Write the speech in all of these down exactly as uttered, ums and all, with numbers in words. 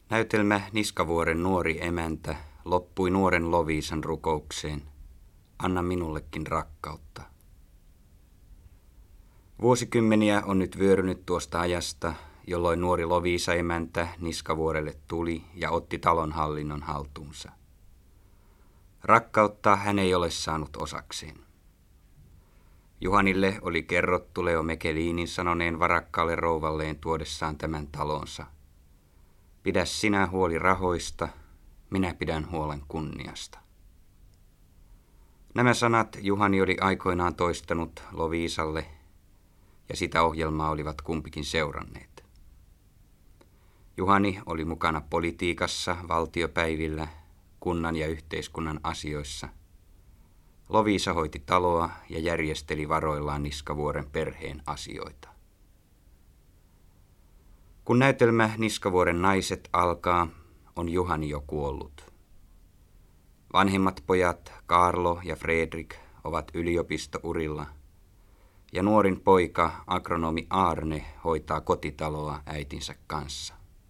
Näytelmä Niskavuoren nuori emäntä loppui nuoren Loviisan rukoukseen. Anna minullekin rakkautta. Vuosikymmeniä on nyt vyörynyt tuosta ajasta, jolloin nuori Loviisa emäntä Niskavuorelle tuli ja otti talon hallinnon haltuunsa. Rakkautta hän ei ole saanut osakseen. Juhanille oli kerrottu Leo Mekelinin sanoneen varakkaalle rouvalleen tuodessaan tämän talonsa. Pidä sinä huoli rahoista, minä pidän huolen kunniasta. Nämä sanat Juhani oli aikoinaan toistanut Loviisalle, ja sitä ohjelmaa olivat kumpikin seuranneet. Juhani oli mukana politiikassa, valtiopäivillä, kunnan ja yhteiskunnan asioissa. Loviisa hoiti taloa ja järjesteli varoillaan Niskavuoren perheen asioita. Kun näytelmä Niskavuoren naiset alkaa, on Juhani jo kuollut. Vanhemmat pojat Kaarlo ja Fredrik ovat yliopistourilla, ja nuorin poika, agronomi Aarne, hoitaa kotitaloa äitinsä kanssa.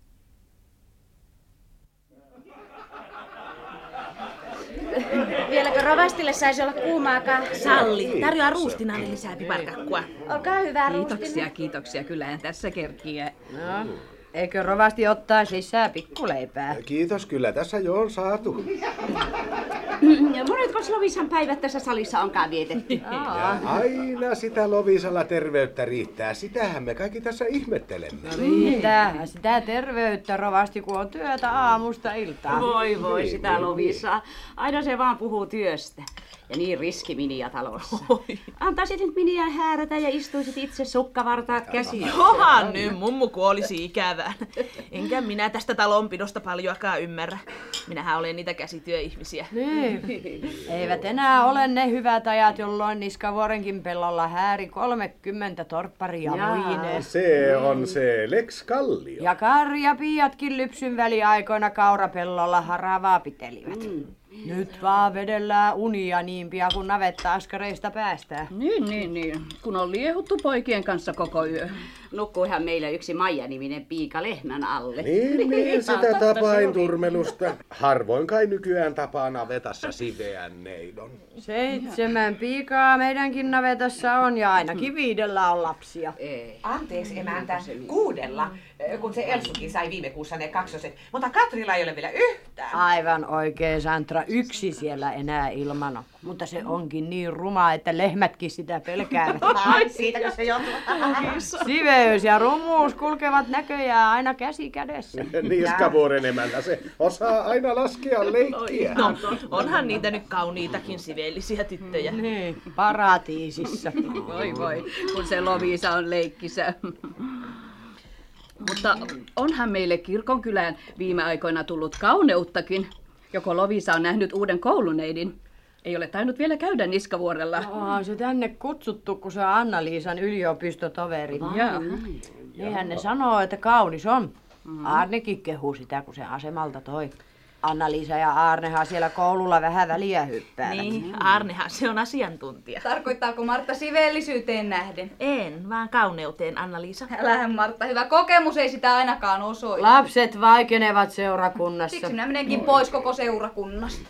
Vieläkö rovastille saisi olla kuumaakaan? Salli, tarjoaa ruustinalle lisää piparkakkua. Olkaa hyvä, Kiitoksia, ruustinen. kiitoksia. Kyllähän tässä kerkiä. No, eikö rovasti ottaisi lisää pikkuleipää? Kiitos, kyllä tässä jo on saatu. Monetko Loviisan päivät tässä salissa onkaan vietetty? Ja aina sitä Loviisalla terveyttä riittää. Sitähän me kaikki tässä ihmettelemme. Riittää sitä terveyttä rovasti, kun on työtä aamusta iltaan. Voi voi sitä Loviisaa. Aina se vaan puhuu työstä. Ja niin riski Miniä talossa. Antaisit nyt Miniä häärätä ja istuisit itse sukkavartaat käsiin. Johan nyt, mummu kuolisi ikävään. Enkä minä tästä talonpidosta paljoakaan ymmärrä. Minähän olen niitä käsityöihmisiä. Niin. Eivät enää ole ne hyvät ajat, jolloin Niskavuorenkin pellolla hääri kolmekymmentä torpparia muineen. Se on se Lex Kallio. Ja karjapiiatkin lypsyn väliaikoina kaurapellolla haravaa pitelivät. Mm. Nyt vaan vedellään unia niin pian, kun navetta-askareista päästään. Niin, niin, niin. Kun on liehuttu poikien kanssa koko yö. Nukkuihan meillä yksi Maija-niminen piika lehmän alle. Niin, niin, sitä tapain turmelusta. Harvoin kai nykyään tapaa navetassa siveän neidon. Seitsemän piikaa meidänkin navetassa on ja ainakin viidellä on lapsia. Ei. Anteeksi emäntä, kuudella, kun se Elsukin sai viime kuussa ne kaksoset, mutta Katrilla ei ole vielä yhtään. Aivan oikein, Santra, yksi siellä enää ilman on. Mutta se onkin niin ruma, että lehmätkin sitä pelkäävät. Ai, siitäkö se johtuu? Siveys ja rumuus kulkevat näköjään aina käsi kädessä. Niskavuoren emäntä, se osaa aina laskea leikkiä. No, onhan niitä nyt kauniitakin siveellisiä tyttöjä. Niin, paratiisissa. Voi voi, kun se Loviisa on leikkisä. Mutta onhan meille kirkonkylään viime aikoina tullut kauneuttakin. Joko Loviisa on nähnyt uuden kouluneidin? Ei ole tainnut vielä käydä Niskavuorella. Onhan se tänne kutsuttu, kun se on Anna-Liisan yliopistotoveri. Jaa. Niinhän ne sanoo, että kaunis on. Mm. Aarnekin kehuu sitä, kun se asemalta toi. Anna-Liisa ja Aarnehan siellä koululla vähän väliä hyppäävät. Niin, Aarnehan se on asiantuntija. Tarkoittaako Martta siveellisyyteen nähden? En, vaan kauneuteen, Anna-Liisa. Älähän Martta, hyvä kokemus ei sitä ainakaan osoita. Lapset vaikenevat seurakunnassa. Siksi minä menenkin pois koko seurakunnasta.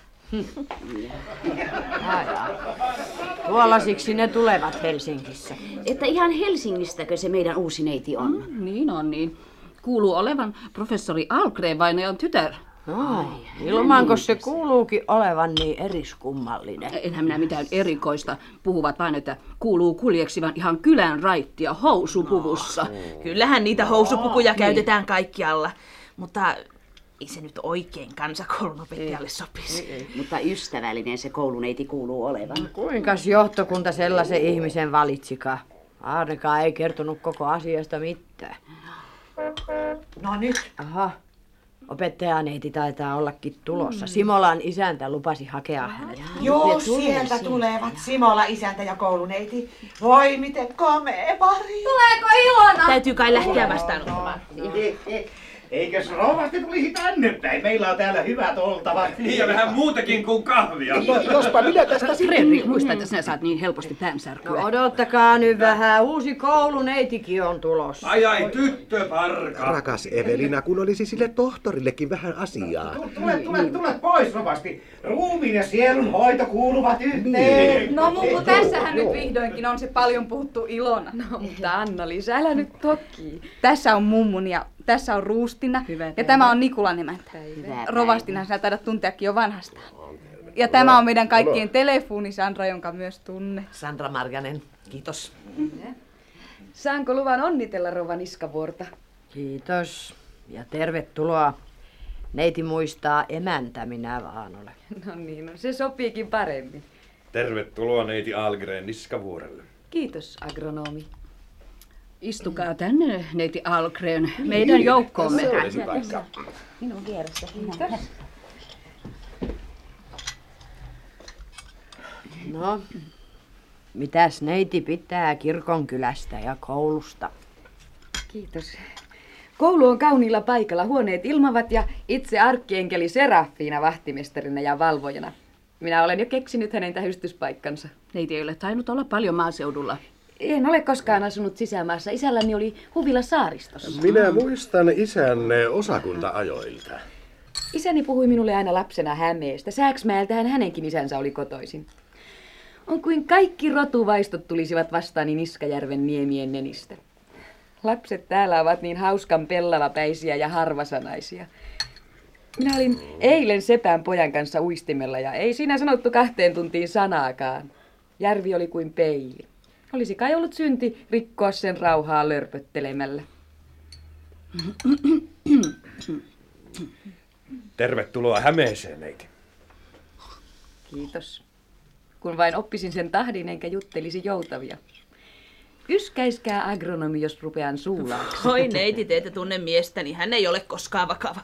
Ai, ai. Tuolla siksi ne tulevat Helsingissä. Että ihan Helsingistäkö se meidän uusi neiti on? Mm, niin on niin. Kuuluu olevan professori Algren vainajan tytär. Ai, ilmanko se kuuluukin olevan niin eriskummallinen? Enhän minä mitään erikoista. Puhuvat vain, että kuuluu kuljeksivan ihan kylän raittia housupuvussa. No, kyllähän niitä housupukuja no, käytetään niin kaikkialla, mutta ei se nyt oikein kansakoulun opettajalle sopisi. Ei, ei. Mutta ystävällinen se kouluneiti kuuluu olevan. No, kuinkas johtokunta sellaisen ihmisen valitsikaan? Aarnekaan ei kertonut koko asiasta mitään. No nyt. Aha. Opettajaneiti taitaa ollakin tulossa. Simolan isäntä lupasi hakea hänet. Joo, sieltä tulevat Simola isäntä ja kouluneiti. Voi miten komea pari. Tuleeko Ilona? Täytyy kai lähteä vastaanottamaan. Eikös rovasti tulisi tänne päin? Meillä on täällä hyvät oltavat. Niin ja vähän muutakin kuin kahvia. No, jospa minä tästä sitten... Fredrik, muista, että sinä saat niin helposti päänsärkyä. No odottakaa nyt vähän. Uusi kouluneitikin on tulossa. Ai ai, tyttöparka. Rakas Evelina, kun olisi sille tohtorillekin vähän asiaa. Tule, tule, tule pois rovasti. Ruumiin ja sielun hoito kuuluvat yhteen. No mummu, tässähän nyt vihdoinkin on se paljon puhuttu Ilona. No mutta Anna-Liisa, älä nyt toki. Tässä on mummun ja tässä on Ruustina. Hyvä ja päivä. tämä on Nikulan emäntä. Rovastina sinä taidat tunteakin jo vanhastaan. Ja tämä on meidän kaikkien telefoni Sandra, jonka myös tunne. Sandra Marjanen, kiitos. Saanko luvan onnitella rouva Niskavuorta? Kiitos ja tervetuloa. Neiti muistaa emäntä, minä vaan olen. No niin, no se sopiikin paremmin. Tervetuloa neiti Algren Niskavuorelle. Kiitos, agronomi. Istukaa tänne, neiti Algren, meidän joukkoomme. Se olisi paikka. Minun vieressä. No, mitäs neiti pitää kirkonkylästä ja koulusta? Kiitos. Koulu on kauniilla paikalla, huoneet ilmavat ja itse arkkienkeli Serafiina vahtimestarina ja valvojana. Minä olen jo keksinyt hänen tähystyspaikkansa. Neiti ei ole tainnut olla paljon maaseudulla. En ole koskaan asunut sisämaassa. Isälläni oli huvila saaristossa. Minä muistan isänne osakunta-ajoilta. Isäni puhui minulle aina lapsena Hämeestä. Sääksmäeltähän hänenkin isänsä oli kotoisin. On kuin kaikki rotuvaistot tulisivat vastaani Niskajärven niemien nenistä. Lapset täällä ovat niin hauskan pellavapäisiä ja harvasanaisia. Minä olin eilen sepän pojan kanssa uistimella ja ei siinä sanottu kahteen tuntiin sanaakaan. Järvi oli kuin peili. Olisi kai ollut synti rikkoa sen rauhaa lörpöttelemällä. Tervetuloa Hämeeseen, neiti. Kiitos. Kun vain oppisin sen tahdin enkä juttelisi joutavia. Yskäiskää agronomi, jos rupean suulaaksi. Oi neiti, te ette tunne miestäni. Hän ei ole koskaan vakava.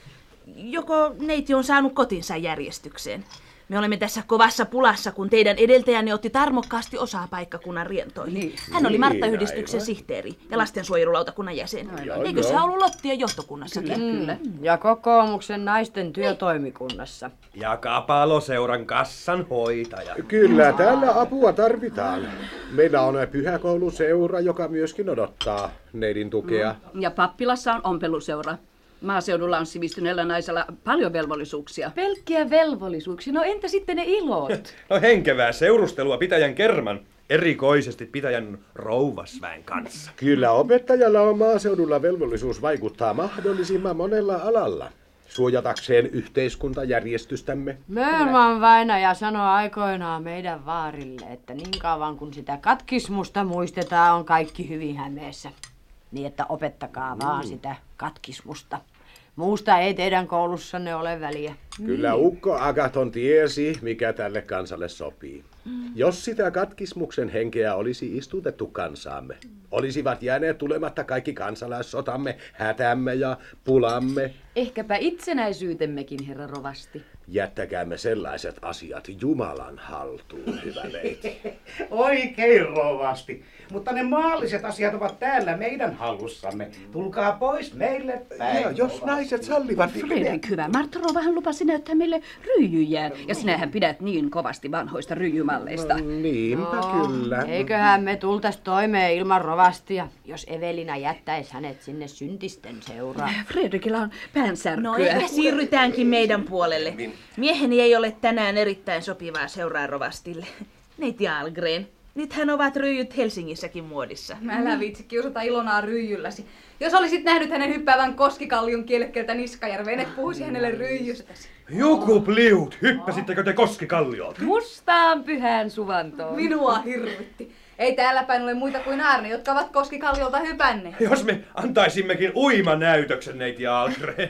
Joko neiti on saanut kotinsa järjestykseen? Me olemme tässä kovassa pulassa, kun teidän edeltäjänne otti tarmokkaasti osaa paikkakunnan rientoihin. Niin. Hän oli Martta-yhdistyksen sihteeri ja lastensuojelulautakunnan jäsen. Eikö se ollut Lottien johtokunnassakin? Kyllä, kyllä. Ja kokoomuksen naisten työtoimikunnassa. Ja Kapaloseuran kassan hoitaja. Kyllä, täällä apua tarvitaan. Meillä on pyhäkouluseura, joka myöskin odottaa neidin tukea. Mm. Ja pappilassa on ompeluseura. Maaseudulla on sivistyneellä naisella paljon velvollisuuksia. Pelkkiä velvollisuuksia. No entä sitten ne ilot? No henkevää seurustelua pitäjän kerman, erikoisesti pitäjän rouvasväen kanssa. Kyllä opettajalla on maaseudulla velvollisuus vaikuttaa mahdollisimman monella alalla, suojatakseen yhteiskuntajärjestystämme. Möörman vainaja sanoi aikoinaan meidän vaarille, että niin kauan kun sitä katkismusta muistetaan, on kaikki hyvin Hämeessä. Niin, että opettakaa vaan mm. sitä katkismusta. Muusta ei teidän koulussanne ole väliä. Kyllä ukko Agaton tiesi, mikä tälle kansalle sopii. Mm. Jos sitä katkismuksen henkeä olisi istutettu kansaamme, olisivat jääneet tulematta kaikki kansalaissotamme, hätämme ja pulamme. Ehkäpä itsenäisyytemmekin, herra rovasti. Jättäkäämme sellaiset asiat Jumalan haltuun, hyvä neiti. Oikein rovasti. Mutta ne maalliset asiat ovat täällä meidän hallussamme. Tulkaa pois meille päin. Ja jos naiset sallivat... Fredrik, hyvä. Martta Rouvahan lupasi näyttää meille ryijyjä. Ja sinähän pidät niin kovasti vanhoista ryijymalleista. No, niinpä no, kyllä. Eiköhän me tultais toimeen ilman rovastia, jos Evelina jättäisi hänet sinne syntisten seuraan. Fredrikilla on päänsärkyä. No ehkä siirrytäänkin meidän puolelle. Mieheni ei ole tänään erittäin sopivaa seuraa rovastille. Neiti Algren. Nythän ovat ryijyt Helsingissäkin muodissa. Mä älä viitsi kiusata Ilonaa ryijylläsi. Jos olisit nähnyt hänen hyppäävän Koskikallion kielekkeeltä Niskajärveen, et puhuisi hänelle ryijystäsi. Joku pliut, hyppäsittekö te Koskikalliolta? Mustaan pyhään suvantoon. Minua hirvitti. Ei täällä päin ole muita kuin Aarne, jotka ovat Koskikalliolta hypänneet. Jos me antaisimmekin uimanäytöksen, neiti Algren.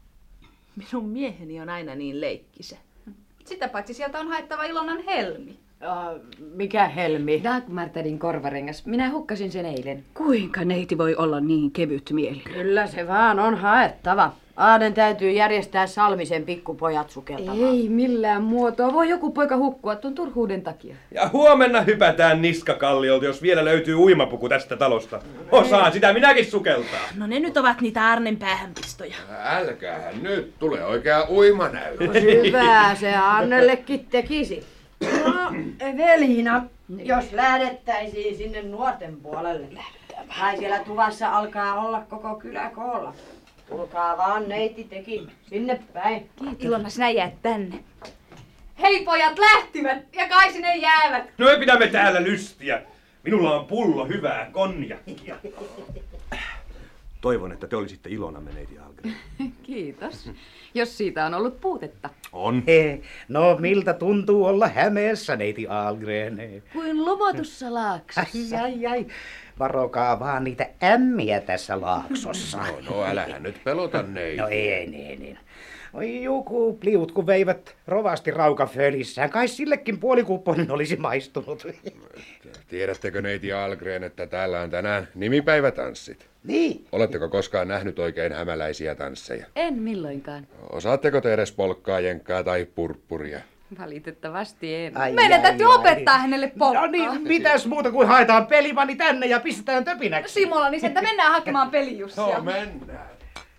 Minun mieheni on aina niin leikkisä. Sitä paitsi sieltä on haettava Ilonan helmi. Uh, mikä helmi? Dagmartadin korvarengas. Minä hukkasin sen eilen. Kuinka neiti voi olla niin kevyt mieli? Kyllä se vaan on haettava. Aaden täytyy järjestää Salmisen pikkupojat sukeltamaan. Ei millään muotoa. Voi joku poika hukkua tuon turhuuden takia. Ja huomenna hypätään niskakalliolta, jos vielä löytyy uimapuku tästä talosta. Osaan sitä minäkin sukeltaa. No ne nyt ovat niitä Arnen päähänpistoja. Älkäähän nyt, tulee oikea uimanäyttö. No hyvä, se Arnellekin tekisi. No, Evelina, jos lähdettäisiin sinne nuorten puolelle. Tai siellä tuvassa alkaa olla koko kylä koolla. Tulkaa vaan neiti teki sinne päin. Kiitos. Ilona, sinä jäät tänne. Hei pojat, lähtivät ja kai sinne jäävät. No ei pidämme täällä lystiä. Minulla on pullo hyvää konjakkia. Toivon, että te olisitte Ilonamme, neiti Algren. Kiitos. Jos siitä on ollut puutetta. On. He, no miltä tuntuu olla Hämeessä, neiti Algren? Kuin lumotussa laaksossa. Ai, ai, ai. Varokaa vaan niitä ämmiä tässä laaksossa. No, no älähän nyt pelota neiti. No ei, niin, niin. Oi joku pliut, kun veivät rovasti raukafölissään. Kai sillekin puolikupponen olisi maistunut. Tiedättekö neiti Algren, että täällä on tänään nimipäivätanssit? Niin. Oletteko koskaan nähnyt oikein hämäläisiä tansseja? En milloinkaan. Osaatteko te edes polkkaa, jenkkaa tai purppuria? Valitettavasti en. Ai, Meidän ai, täytyy ai. opettaa hänelle polkkaa. No niin, mitäs muuta kuin haetaan pelimanni tänne ja pistetään töpinäksi. Simola, niin sieltä mennään hakemaan pelijussia. No mennään.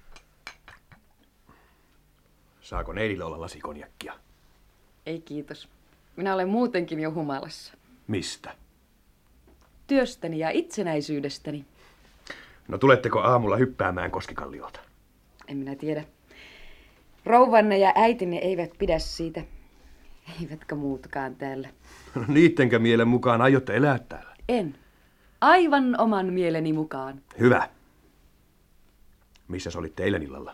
Saako neidille olla lasi konjakkia? Ei kiitos. Minä olen muutenkin jo humalassa. Mistä? Työstäni ja itsenäisyydestäni. No tuletteko aamulla hyppäämään Koskikalliolta? En minä tiedä. Rouvanne ja äitinne eivät pidä siitä. Eivätkä muutkaan täällä. No niittenkö mielen mukaan aiotte elää täällä? En. Aivan oman mieleni mukaan. Hyvä. Missäs olitte eilen illalla?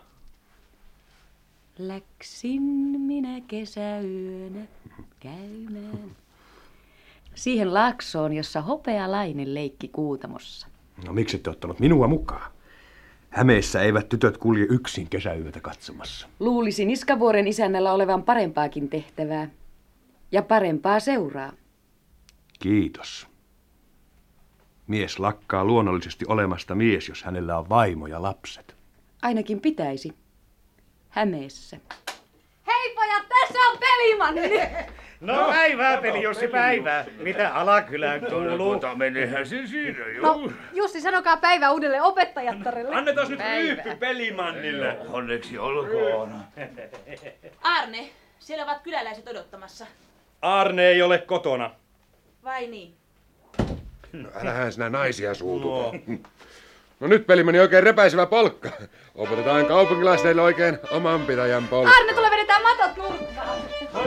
Läksin minä kesäyönä käymään. Siihen laaksoon, jossa hopealainen leikki kuutamossa. No miksi ette ottanut minua mukaan? Hämeessä eivät tytöt kulje yksin kesäyötä katsomassa. Luulisi Niskavuoren isännällä olevan parempaakin tehtävää. Ja parempaa seuraa. Kiitos. Mies lakkaa luonnollisesti olemasta mies, jos hänellä on vaimo ja lapset. Ainakin pitäisi. Hämeessä. Hei pojat, tässä on pelimanni. No päivää, Peli-Jussi, päivää. Mitä Alakylään kuuluu? Mutta menihän se siinä jo. No, Jussi, sanokaa päivä uudelle opettajattarelle. Annetaan nyt ryyppy pelimannille. Onneksi olkoon. Arne, siellä ovat kyläläiset odottamassa. Arne ei ole kotona. Vai niin? No, älähän sinä naisia suututa. No. no nyt pelimani oikein repäisevä polkka. Opetetaan kaupunkilaisille oikein oman pitäjän polkka. Arne, tule vedetään matot nurkkaan.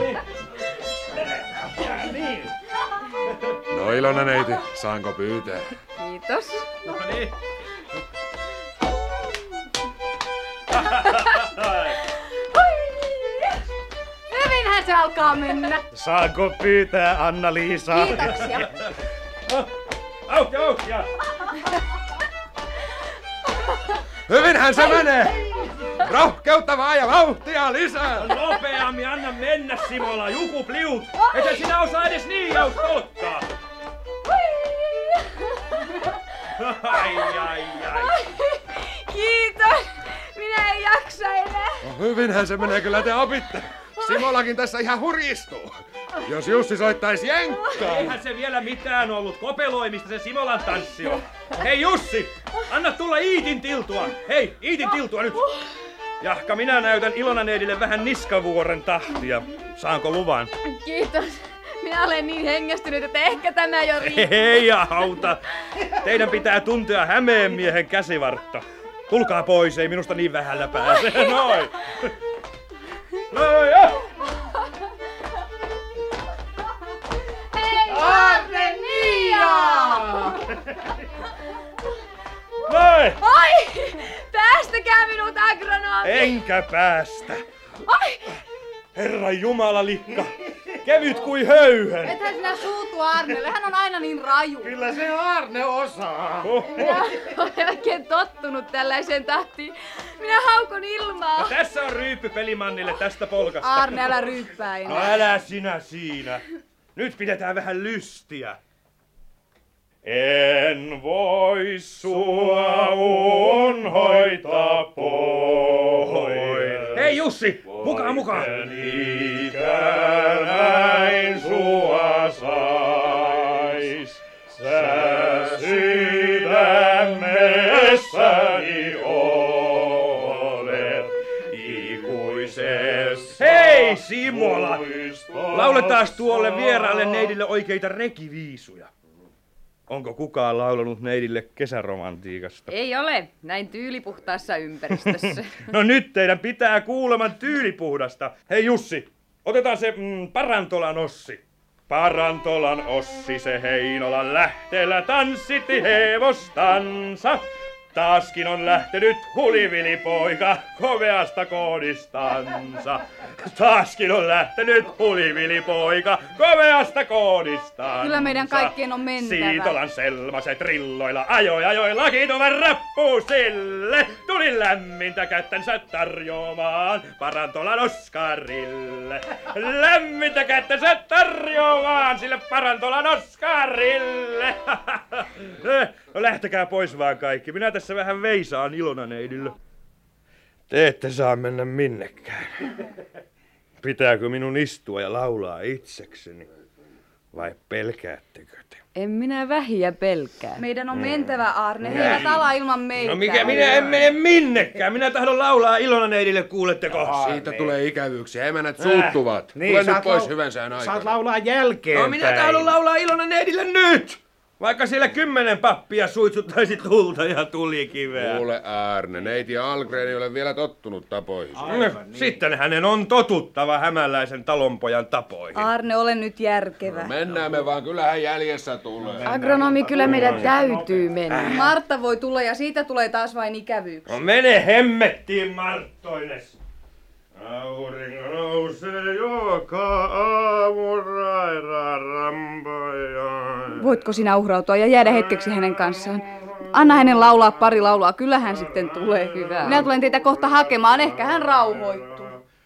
No Ilona neiti, saanko pyytää? Kiitos. No niin. Hyvinhän se alkaa mennä. Saanko pyytää, Anna-Liisa? Kiitoksia. Auki, auki! Hyvinhän se menee! Rohkeutta vaan ja vauhtia lisää! Nopeammin anna mennä, Simola, juku pliut! Ethän sinä osaa edes niin jaustolkkaa! Ai, ai, ai! Kiitos. Minä en jaksa enää. No, hyvinhän se menee, kyllä te opitte. Simolakin tässä ihan hurjistuu. Jos Jussi soittaisi jenkkaa. Eihän se vielä mitään ollut kopeloimista se Simolan tanssi on. Hei Jussi, anna tulla Iitin tiltua. Hei, Iitin tiltua nyt. Jahka, minä näytän Ilona neidille vähän Niskavuoren tahtia. Saanko luvan? Kiitos. Minä olen niin hengästynyt, että ehkä tämä jo riittää. Hei auta. Teidän pitää tuntea Hämeen miehen käsivartta. Tulkaa pois, ei minusta niin vähällä pääse. Noin. Noin, ja. Hei, Arne Mia! Noin. Ai! Päästäkää minut agronomi! Enkä päästä. Ai! Herran Jumala, likka. Kevyt kuin höyhen. Ethän sinä suutu Arnelle, hän on aina niin raju. Kyllä se Arne osaa. Minä olen oikein tottunut tällaiseen tahtiin. Minä haukon ilmaa. Ja tässä on ryyppy pelimannille tästä polkasta. Arne, älä ryyppää enää. No älä sinä siinä. Nyt pidetään vähän lystiä. En voi sua unhoita pois. Hei Jussi, mukaan mukaan. Ikänäin sua sais, sä sydämessäni olet ikuisesti. Hei Simola, lauletaan tuolle vieraalle neidille oikeita rekiviisuja. Onko kukaan laulanut neidille kesäromantiikasta? Ei ole, näin tyylipuhtaassa ympäristössä. No nyt teidän pitää kuuleman tyylipuhdasta. Hei Jussi, otetaan se mm, Parantolan Ossi. Parantolan Ossi se Heinolan lähteellä tanssitti hevostansa. Taaskin on lähtenyt hulivilipoika komeasta koodistansa. Taaskin on lähtenyt hulivilipoika komeasta koodistansa. Kyllä meidän kaikkien on mentävä. Siitolan selmaset rilloilla ajoi ajoi lakituvan rappusille. Tuli lämmintä kättänsä tarjoamaan Parantolan Oskarille. Lämmintä kättänsä tarjoamaan sille Parantolan Oskarille. No lähtekää pois vaan kaikki. Minä tässä vähän veisaan Ilonaneidille. Te ette saa mennä minnekään. Pitääkö minun istua ja laulaa itsekseni? Vai pelkäättekö te? En minä vähiä pelkää. Meidän on mentävä, Arne. He eivät ala ilman meitä. No mikä, minä en mene minnekään. Minä tahdon laulaa Ilonaneidille, kuuletteko? Aa, siitä tulee ikävyyksiä. Emännät suuttuvat. Niin, Tule nyt saat pois lau- hyvän sään aikana. Saat laulaa jälkeen. No minä tahdon laulaa Ilonaneidille nyt! Vaikka siellä kymmenen pappia suitsuttaisi tulta ja tulikiveä. Kuule Arne, neiti Algren ei ole vielä tottunut tapoihin. Aivan, niin. Sitten hänen on totuttava hämäläisen talonpojan tapoihin. Arne, ole nyt järkevä. No mennään me vaan, kyllähän jäljessä tulee. Agronomi, kyllä meidän täytyy mennä. Martta voi tulla ja siitä tulee taas vain ikävyyksiä. No mene hemmettiin, Marttoines. Aurinko nousee joka aamu raira rampajaan. Voitko sinä uhrautua ja jäädä hetkeksi hänen kanssaan? Anna hänen laulaa pari laulua, kyllä hän sitten tulee. Hyvä. Minä tulen teitä kohta hakemaan, ehkä hän rauhoittuu.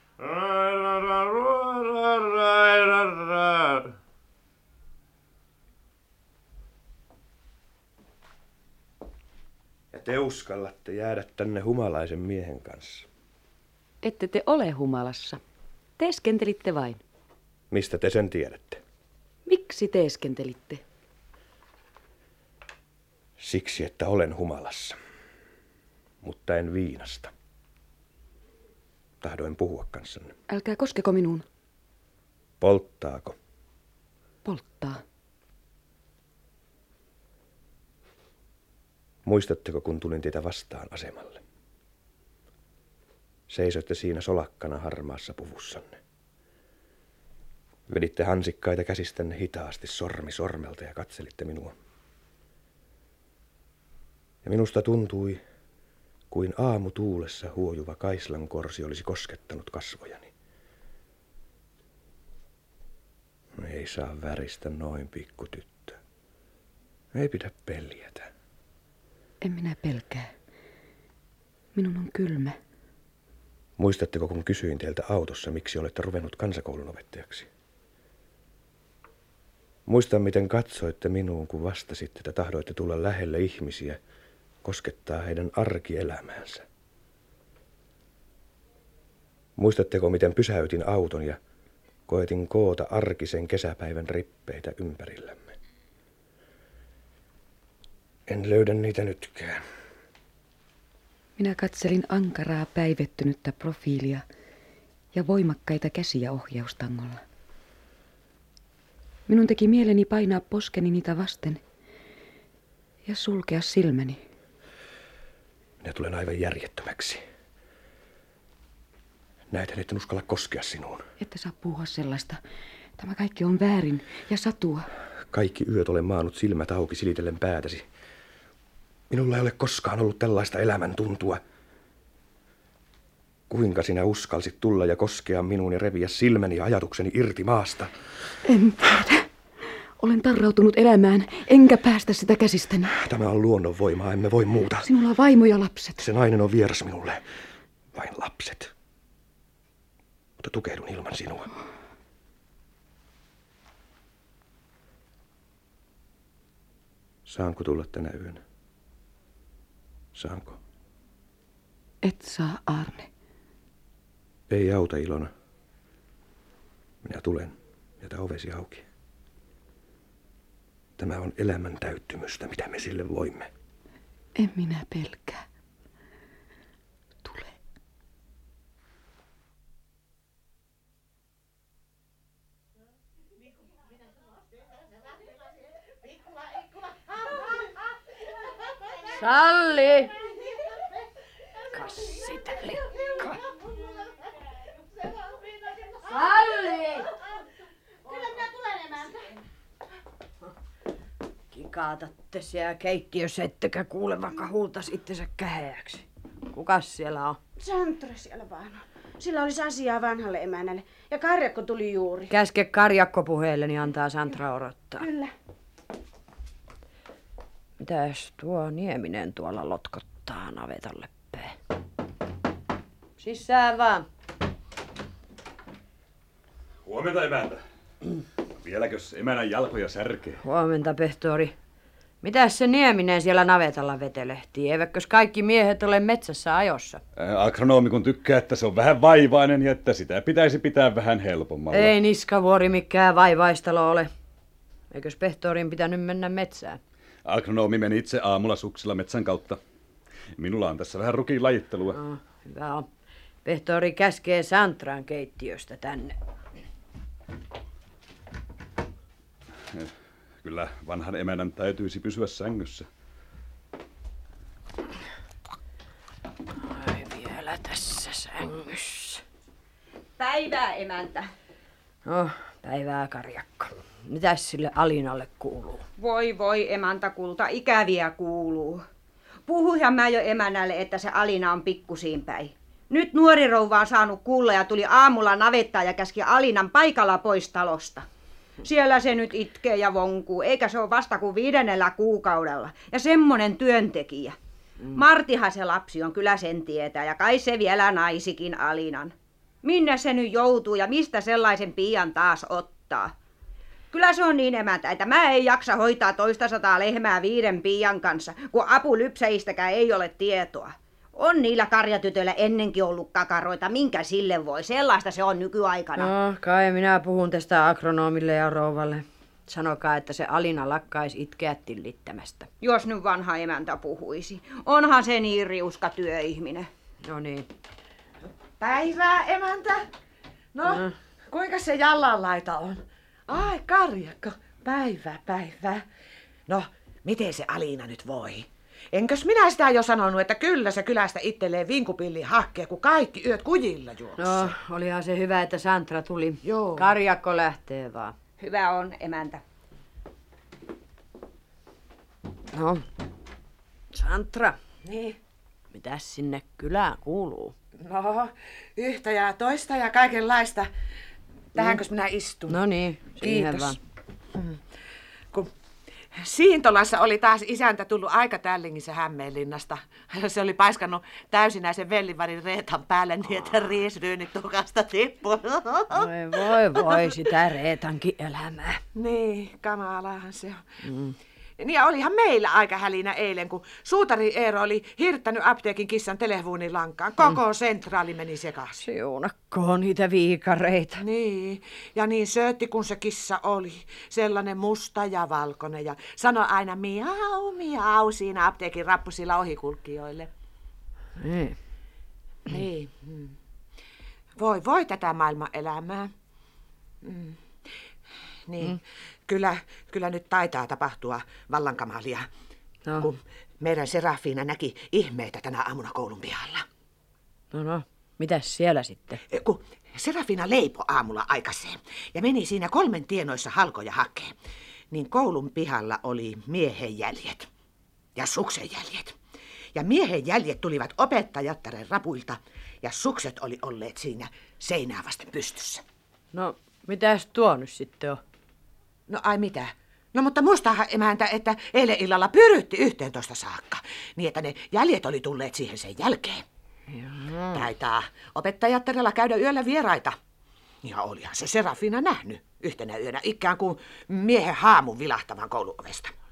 Ja te uskallatte jäädä tänne humalaisen miehen kanssa. Ette te ole humalassa. Teeskentelitte vain. Mistä te sen tiedätte? Miksi teeskentelitte? Siksi, että olen humalassa. Mutta en viinasta. Tahdoin puhua kanssanne. Älkää koskeko minuun. Polttaako? Polttaa. Muistatteko, kun tulin teitä vastaan asemalle? Seisoitte siinä solakkana harmaassa puvussanne. Veditte hansikkaita käsistänne hitaasti sormi sormelta ja katselitte minua. Ja minusta tuntui, kuin aamutuulessa huojuva kaislankorsi olisi koskettanut kasvojani. Ei saa väristä noin, pikkutyttö. Ei pidä peljätä. En minä pelkää. Minun on kylmä. Muistatteko, kun kysyin teiltä autossa, miksi olette ruvennut kansakoulun opettajaksi? Muistan, miten katsoitte minuun, kun vastasitte, että tahdoitte tulla lähelle ihmisiä, koskettaa heidän arkielämäänsä. Muistatteko, miten pysäytin auton ja koetin koota arkisen kesäpäivän rippeitä ympärillämme? En löydä niitä nytkään. Minä katselin ankaraa päivettynyttä profiilia ja voimakkaita käsiä ohjaustangolla. Minun teki mieleni painaa poskeni niitä vasten ja sulkea silmäni. Minä tulen aivan järjettömäksi. Näethän, etten uskalla koskea sinuun. Ette saa puhua sellaista. Tämä kaikki on väärin ja satua. Kaikki yöt olen maannut silmät auki silitellen päätäsi. Minulla ei ole koskaan ollut tällaista elämän tuntua. Kuinka sinä uskalsit tulla ja koskea minuun ja reviä silmäni ja ajatukseni irti maasta? En tiedä. Olen tarrautunut elämään, enkä päästä sitä käsistäni. Tämä on luonnonvoimaa, emme voi muuta. Sinulla on vaimo ja lapset. Se nainen on vieras minulle. Vain lapset. Mutta tukehdun ilman sinua. Saanko tulla tänä yönä? Saanko? Et saa, Arne. Ei auta, Ilona. Minä tulen. Jätä ovesi auki. Tämä on elämän täyttymystä, mitä me sille voimme. En minä pelkää. Tule. Salli! Kas sitä likkaa. Salli! Kyllä minä tulen, emäntä. Kikaatatte siellä keittiössä, ettekä kuule vaikka huutas itsensä käheäksi. Kukas siellä on? Santra siellä vaan on. Sillä olisi asiaa vanhalle emännälle. Ja Karjakko tuli juuri. Käske Karjakko puheelle, niin antaa Santra odottaa. Kyllä. Mitäs tuo Nieminen tuolla lotkottaa navetalle päin? Sisään vaan. Huomenta, emäntä. Vieläkös emännän jalkoja särkee? Huomenta, pehtori. Mitäs se Nieminen siellä navetalla vetelehtii? Eivätkös kaikki miehet ole metsässä ajossa? Ää, agronomi kun tykkää, että se on vähän vaivainen ja että sitä pitäisi pitää vähän helpommalla. Ei Niskavuori mikään vaivaistalo ole. Eikös pehtorin pitänyt mennä metsään? Agronomi meni itse aamulla suksilla metsän kautta. Minulla on tässä vähän rukin lajittelua. No, hyvä on. Pehtori käskee Santran keittiöstä tänne. Kyllä vanhan emännän täytyisi pysyä sängyssä. Ai vielä tässä sängyssä. Päivää, emäntä. No, päivää Karjakko. Mitäs sille Alinalle kuuluu? Voi voi, emäntä kulta, ikäviä kuuluu. Puhuinhan mä jo emännälle, että se Alina on pikkusiin päin. Nyt nuori rouva on saanut kuulla ja tuli aamulla navettaan ja käski Alinan paikalla pois talosta. Siellä se nyt itkee ja vonkuu, eikä se ole vasta kuin viidennellä kuukaudella. Ja semmonen työntekijä. Mm. Martihan se lapsi on, kyllä sen tietää, ja kai se vielä naisikin Alinan. Minne se nyt joutuu ja mistä sellaisen pian taas ottaa? Kyllä se on niin, emäntä, että mä ei jaksa hoitaa toista sataa lehmää viiden pian kanssa, kun apulypsäjistäkään ei ole tietoa. On niillä karjatytöillä ennenkin ollut kakaroita, minkä sille voi. Sellaista se on nykyaikana. No, kai minä puhun tästä agronomille ja rouvalle. Sanokaa, että se Alina lakkaisi itkeä tillittämästä. Jos nyt vanha emäntä puhuisi. Onhan se niin riuska työihminen. No niin. Päivää, emäntä. No, no. Kuinka se jallanlaita on? Ai, Karjakko. Päivää, päivää. No, miten se Alina nyt voi? Enkös minä sitä jo sanonut, että kyllä se kylästä itselleen vinkupilli hakkee, kun kaikki yöt kujilla juoksee. No, olihan se hyvä, että Santra tuli. Joo. Karjakko lähtee vaan. Hyvä on, emäntä. No, Santra. Niin. Mitäs sinne kylään kuuluu? No, yhtä ja toista ja kaikenlaista. Tähänkös minä istun? No niin, siihen vaan. Mm. Kun Siintolassa oli taas isäntä tullut aika tällingissä Hämeenlinnasta. Se oli paiskannut täysinäisen vellivarin Reetan päälle niin, että riisryynit tukasta tippui. Voi voi voi, sitä Reetankin elämää. Niin, kamalahan se on. Mm. Ja olihan meillä aika hälinä eilen, kun suutari Eero oli hirttänyt apteekin kissan telefonin lankaan. Koko mm. sentraali meni sekaisin. Siunakkoon niitä viikareita. Niin, ja niin söötti kun se kissa oli. Sellainen musta ja valkoinen ja sanoi aina miau, miau siinä apteekin rappusilla ohikulkijoille. Niin. Niin. Mm. Voi voi tätä maailman elämää. Mm. Niin. Mm. Kyllä, kyllä nyt taitaa tapahtua vallankamalia, no. Kun meidän Serafina näki ihmeitä tänä aamuna koulun pihalla. No no, mitäs siellä sitten? Kun Serafina leipoi aamulla aikaiseen ja meni siinä kolmen tienoissa halkoja hakee, niin koulun pihalla oli miehen jäljet ja suksen jäljet. Ja miehen jäljet tulivat opettajattaren rapuilta ja sukset oli olleet siinä seinää vasten pystyssä. No, mitäs tuo nyt sitten on? No ai mitä? No mutta muistahan emäntä, että eilen illalla pyrytti yhteentoista saakka, niin että ne jäljet oli tulleet siihen sen jälkeen. Jaha. Taitaa opettajattarella käydä yöllä vieraita. Ja olihan se Serafina nähnyt yhtenä yönä ikään kuin miehen haamun vilahtavan kouluovesta.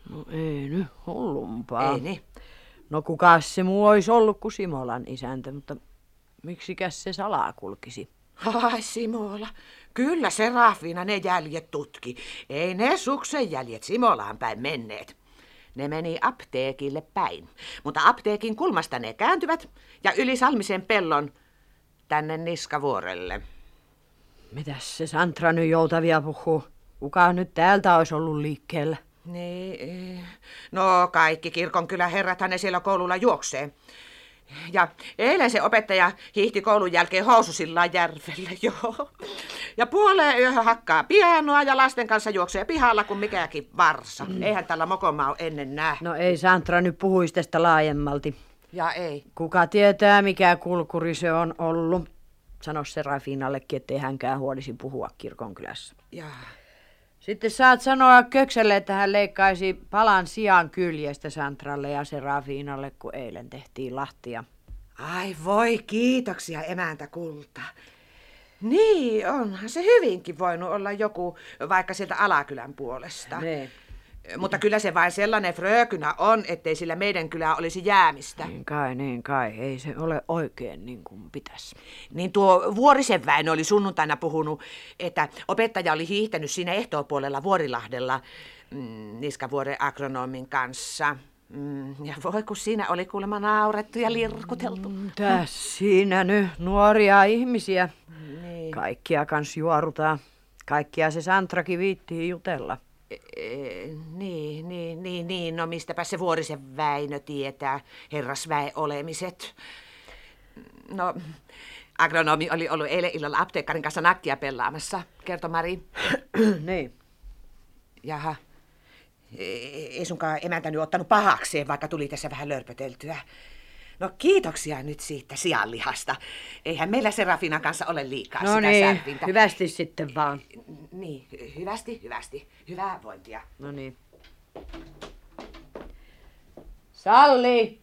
No ei nyt hullumpaa. Ei niin. No kukas se muu olisi ollut kuin Simolan isäntä, mutta miksikäs se salaa kulkisi? Ai Simola, kyllä Serafiina ne jäljet tutki. Ei ne suksen jäljet Simolaan päin menneet. Ne meni apteekille päin, mutta apteekin kulmasta ne kääntyvät ja yli Salmisen pellon tänne Niskavuorelle. Mitäs se Santra nyt joutavia puhuu? Kuka nyt täältä olisi ollut liikkeellä? Niin, no kaikki kirkonkylän herrathan ne siellä koululla juoksee. Ja eilen se opettaja hiihti koulun jälkeen housusillaan järvelle, joo. Ja puoleen yöhön hakkaa pianoa ja lasten kanssa juoksee pihalla kuin mikäkin varsa. Mm. Eihän tällä mokomaa ole ennen nähty. No ei Santra nyt puhuisi tästä laajemmalti. Ja ei. Kuka tietää, mikä kulkuri se on ollut. Sano Serafinallekin, ettei hänkään huolisi puhua kirkonkylässä. Ja. Sitten saat sanoa Kökselle, että hän leikkaisi palan sian kyljestä Santralle ja Serafinalle, kun eilen tehtiin lahtia. Ai voi, kiitoksia emäntä Kulta. Niin, onhan se hyvinkin voinut olla joku, vaikka sieltä Alakylän puolesta. Ne. Mutta kyllä se vain sellainen frökynä on, ettei sillä meidän kylää olisi jäämistä. Niin kai, niin kai. Ei se ole oikein niin kuin pitäisi. Niin tuo Vuorisen Väinö oli sunnuntaina puhunut, että opettaja oli hiihtänyt siinä ehtoopuolella Vuorilahdella mm, Niskavuoren agronomin kanssa. Mm, ja voi kun siinä oli kuulemma naurettu ja lirkuteltu. Mm, tässä siinä nyt nuoria ihmisiä. Niin. Kaikkia kans juorutaan. Kaikkia se Santrakin viittii jutella. E, niin, niin, niin, niin, no mistäpä se Vuorisen Väinö tietää herrasväen olemiset. No, agronomi oli ollut eilen illalla apteekkarin kanssa nakkia pelaamassa, kertoi Mari. Niin. Jaha, ei sunkaan emäntä nyt ottanut pahakseen, vaikka tuli tässä vähän lörpöteltyä. No kiitoksia nyt siitä sianlihasta. Eihän meillä Serafinan kanssa ole liikaa no sitä niin, särvintä. hyvästi sitten vaan. Niin, hyvästi, hyvästi. Hyvää vointia. No niin. Salli!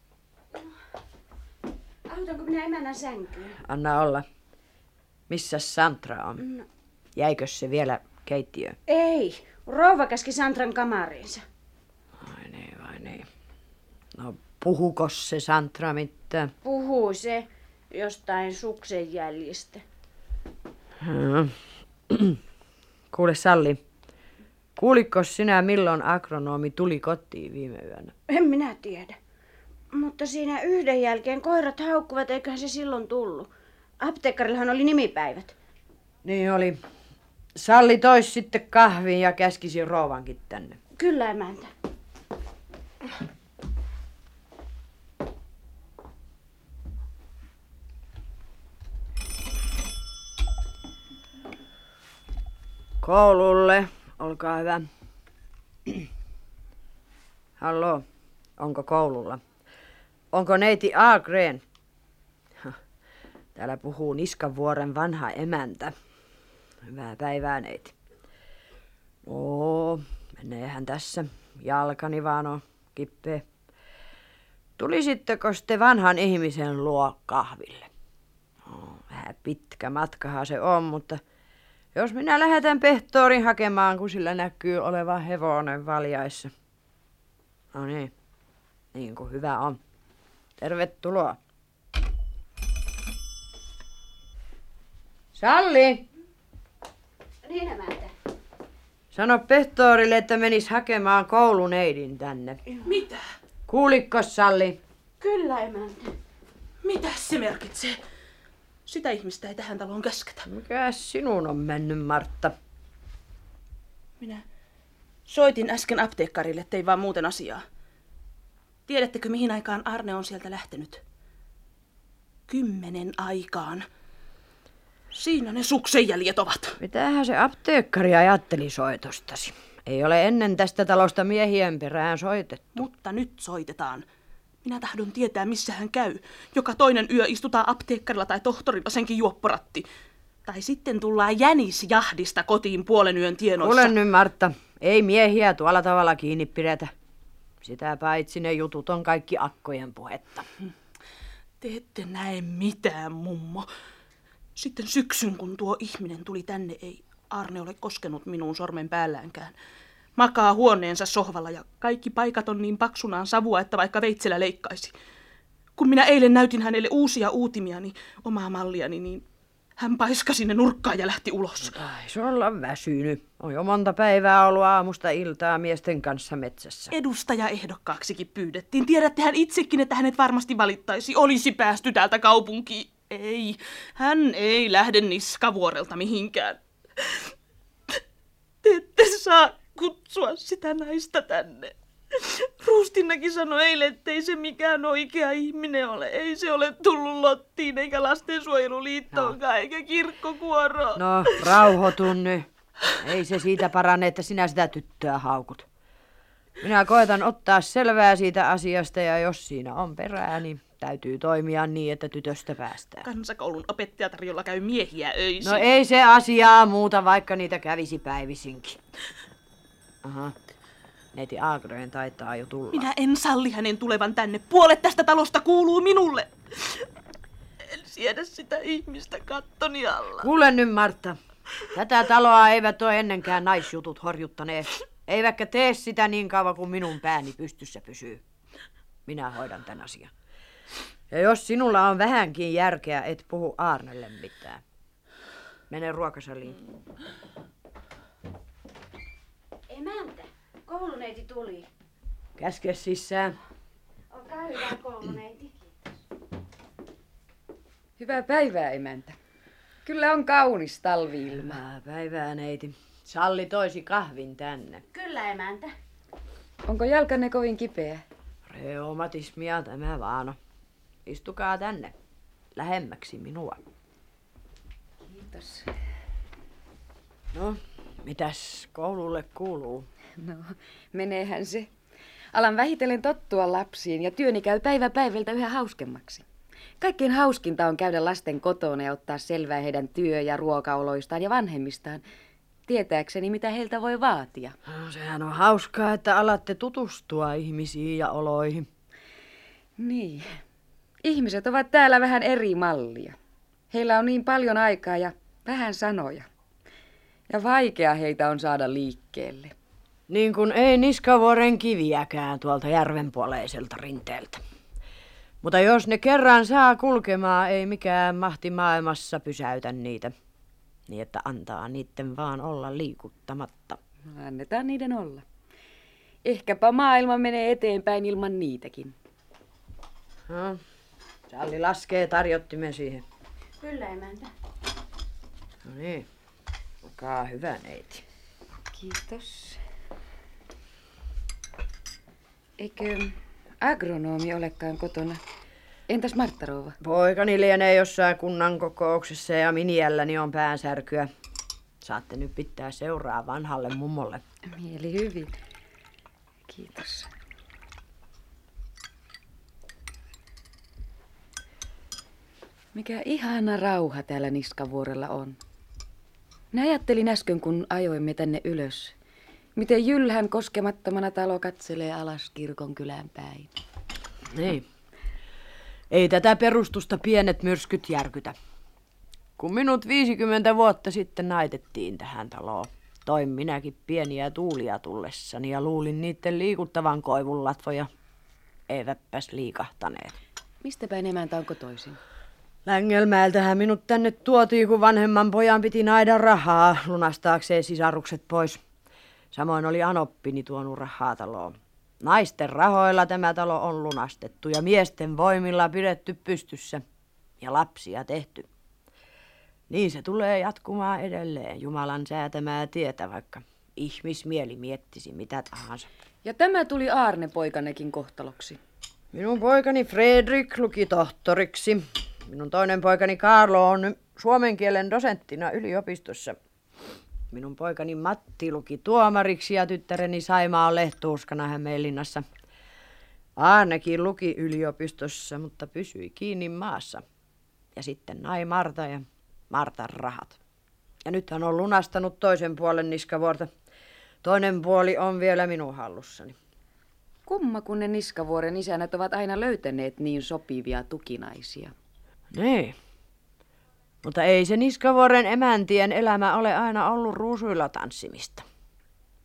Autanko minä emännän sänkyyn? Anna olla. Missäs Santra on? No. Jäikö se vielä keittiöön? Ei, rouva käski Santran kamariinsa. Vai niin, vai niin. No puhuko se Santra mitään? Puhuu se jostain suksen jäljistä. Hmm. Kuule Salli, kuuliko sinä milloin agronomi tuli kotiin viime yönä? En minä tiedä. Mutta siinä yhden jälkeen koirat haukkuvat, eiköhän se silloin tullut. Apteekkarillahan oli nimipäivät. Niin oli. Salli tois sitten kahvin ja käskisi rouvankin tänne. Kyllä emäntä. Koululle, olkaa hyvä. Hallo, onko koululla? Onko neiti Agren? Täällä puhuu Niskavuoren vanha emäntä. Hyvää päivää, neiti. Oo, meneehän tässä. Jalkani vaan on kipeä. Tulisitteko te vanhan ihmisen luo kahville? Oo, vähän pitkä matkahan se on, mutta jos minä lähetän pehtoorin hakemaan, kun sillä näkyy olevan hevonen valjaissa. No niin, niin kuin hyvä on. Tervetuloa. Salli! Niin emäntä. Sano pehtoorille, että menis hakemaan kouluneidin tänne. Mitä? Kuulikko, Salli? Kyllä emäntä. Mitä se merkitsee? Sitä ihmistä ei tähän taloon käsketä. Mikäs sinun on mennyt, Martta? Minä soitin äsken apteekkarille, tein vaan muuten asiaa. Tiedättekö, mihin aikaan Arne on sieltä lähtenyt? Kymmenen aikaan. Siinä ne suksenjäljet ovat. Mitähän se apteekkari ajatteli soitostasi? Ei ole ennen tästä talosta miehien perään soitettu. Mutta nyt soitetaan. Minä tahdon tietää, missä hän käy. Joka toinen yö istutaan apteekkarilla tai tohtorilla senkin juopporatti. Tai sitten tullaan jänisjahdista kotiin puolen yön tienoissa. Kuule nyt, Martta. Ei miehiä tuolla tavalla kiinni pidetä. Sitä paitsi ne jutut on kaikki akkojen puhetta. Te ette näe mitään, mummo. Sitten syksyn, kun tuo ihminen tuli tänne, ei Arne ole koskenut minuun sormen päälläänkään. Makaa huoneensa sohvalla ja kaikki paikat on niin paksunaan savua, että vaikka veitsellä leikkaisi. Kun minä eilen näytin hänelle uusia uutimiani, omaa malliani, niin hän paiskasi ne nurkkaan ja lähti ulos. Taisi olla väsynyt. On jo monta päivää ollut aamusta iltaa miesten kanssa metsässä. Edustajaehdokkaaksikin pyydettiin. Tiedättehän itsekin, että hänet varmasti valittaisi. Olisi päästy täältä kaupunkiin. Ei, hän ei lähde Niskavuorelta mihinkään. Te ette saa kutsua sitä naista tänne. Ruustinnakin sanoi eilen, ettei se mikään oikea ihminen ole. Ei se ole tullut Lottiin, eikä lastensuojeluliittoonkaan, eikä kirkkokuoroon. No, rauhoitun nyt. Ei se siitä parane, että sinä sitä tyttöä haukut. Minä koetan ottaa selvää siitä asiasta, ja jos siinä on perää, niin täytyy toimia niin, että tytöstä päästään. Kansakoulun opettajatarjolla käy miehiä öisin. No ei se asiaa muuta, vaikka niitä kävisi päivisinkin. Aha. Neiti Agroen taitaa jo tulla. Minä en salli hänen tulevan tänne. Puolet tästä talosta kuuluu minulle. En siedä sitä ihmistä kattoni alla. Kuule nyt, Martta. Tätä taloa eivät ole ennenkään naisjutut horjuttaneet. Eivätkä tee sitä niin kauan kuin minun pääni pystyssä pysyy. Minä hoidan tämän asian. Ja jos sinulla on vähänkin järkeä, et puhu Aarnelle mitään. Mene ruokasaliin. Emäntä, kouluneiti tuli. Käske sisään. Olkaa hyvä, kouluneiti. Hyvää päivää, emäntä. Kyllä on kaunis talvi-ilma. Hyvää päivää, neiti. Salli toisi kahvin tänne. Kyllä, emäntä. Onko jalkanne kovin kipeä? Reumatismia tämä vaan on. Istukaa tänne. Lähemmäksi minua. Kiitos. No, mitäs koululle kuuluu? No, meneehän se. Alan vähitellen tottua lapsiin ja työni käy päivä päivältä yhä hauskemmaksi. Kaikkein hauskinta on käydä lasten kotona ja ottaa selvää heidän työ- ja ruokaoloistaan ja vanhemmistaan, tietääkseni mitä heiltä voi vaatia. No, sehän on hauskaa, että alatte tutustua ihmisiin ja oloihin. Niin. Ihmiset ovat täällä vähän eri mallia. Heillä on niin paljon aikaa ja vähän sanoja. Ja vaikea heitä on saada liikkeelle. Niin kuin ei Niskavuoren kiviäkään tuolta järvenpuoleiselta rinteeltä. Mutta jos ne kerran saa kulkemaan, ei mikään mahti maailmassa pysäytä niitä. Niin että antaa niiden vaan olla liikuttamatta. Annetaan niiden olla. Ehkäpä maailma menee eteenpäin ilman niitäkin. No, Salli laskee tarjottimen siihen. Kyllä, emäntä. No niin, olkaa hyvä, neiti. Kiitos. Eikö agronomi olekaan kotona? Entäs Martta rouva? Poikani lienee jossain kunnan kokouksessa ja miniälläni on päänsärkyä. Saatte nyt pitää seuraa vanhalle mummolle. Mieli hyvin. Kiitos. Mikä ihana rauha täällä Niskavuorella on. Minä ajattelin äsken, kun ajoimme tänne ylös, miten jylhän koskemattomana talo katselee alas kirkonkylän päin. Niin. Ei tätä perustusta pienet myrskyt järkytä. Kun minut viisikymmentä vuotta sitten naitettiin tähän taloon, toin minäkin pieniä tuulia tullessani ja luulin niiden liikuttavan koivun latvoja. Eivätpäs liikahtaneet. Mistä päin emäntä on kotoisin? Längelmäeltähän minut tänne tuotiin, kun vanhemman pojan piti naida rahaa lunastaakseen sisarukset pois. Samoin oli anoppini tuonut rahaa taloon. Naisten rahoilla tämä talo on lunastettu ja miesten voimilla pidetty pystyssä ja lapsia tehty. Niin se tulee jatkumaan edelleen Jumalan säätämää tietä, vaikka ihmismieli miettisi mitä tahansa. Ja tämä tuli Aarne poikanekin kohtaloksi. Minun poikani Fredrik luki tohtoriksi. Minun toinen poikani Karlo on suomen kielen dosenttina yliopistossa. Minun poikani Matti luki tuomariksi ja tyttäreni Saima on lehtuuskana Hämeenlinnassa. Aarnekin luki yliopistossa, mutta pysyi kiinni maassa. Ja sitten nai Marta ja Martan rahat. Ja nyt hän on lunastanut toisen puolen Niskavuorta. Toinen puoli on vielä minun hallussani. Kumma, kun ne Niskavuoren isännät ovat aina löytäneet niin sopivia tukinaisia. Niin. Mutta ei se Niskavuoren emäntien elämä ole aina ollut ruusuilla tanssimista.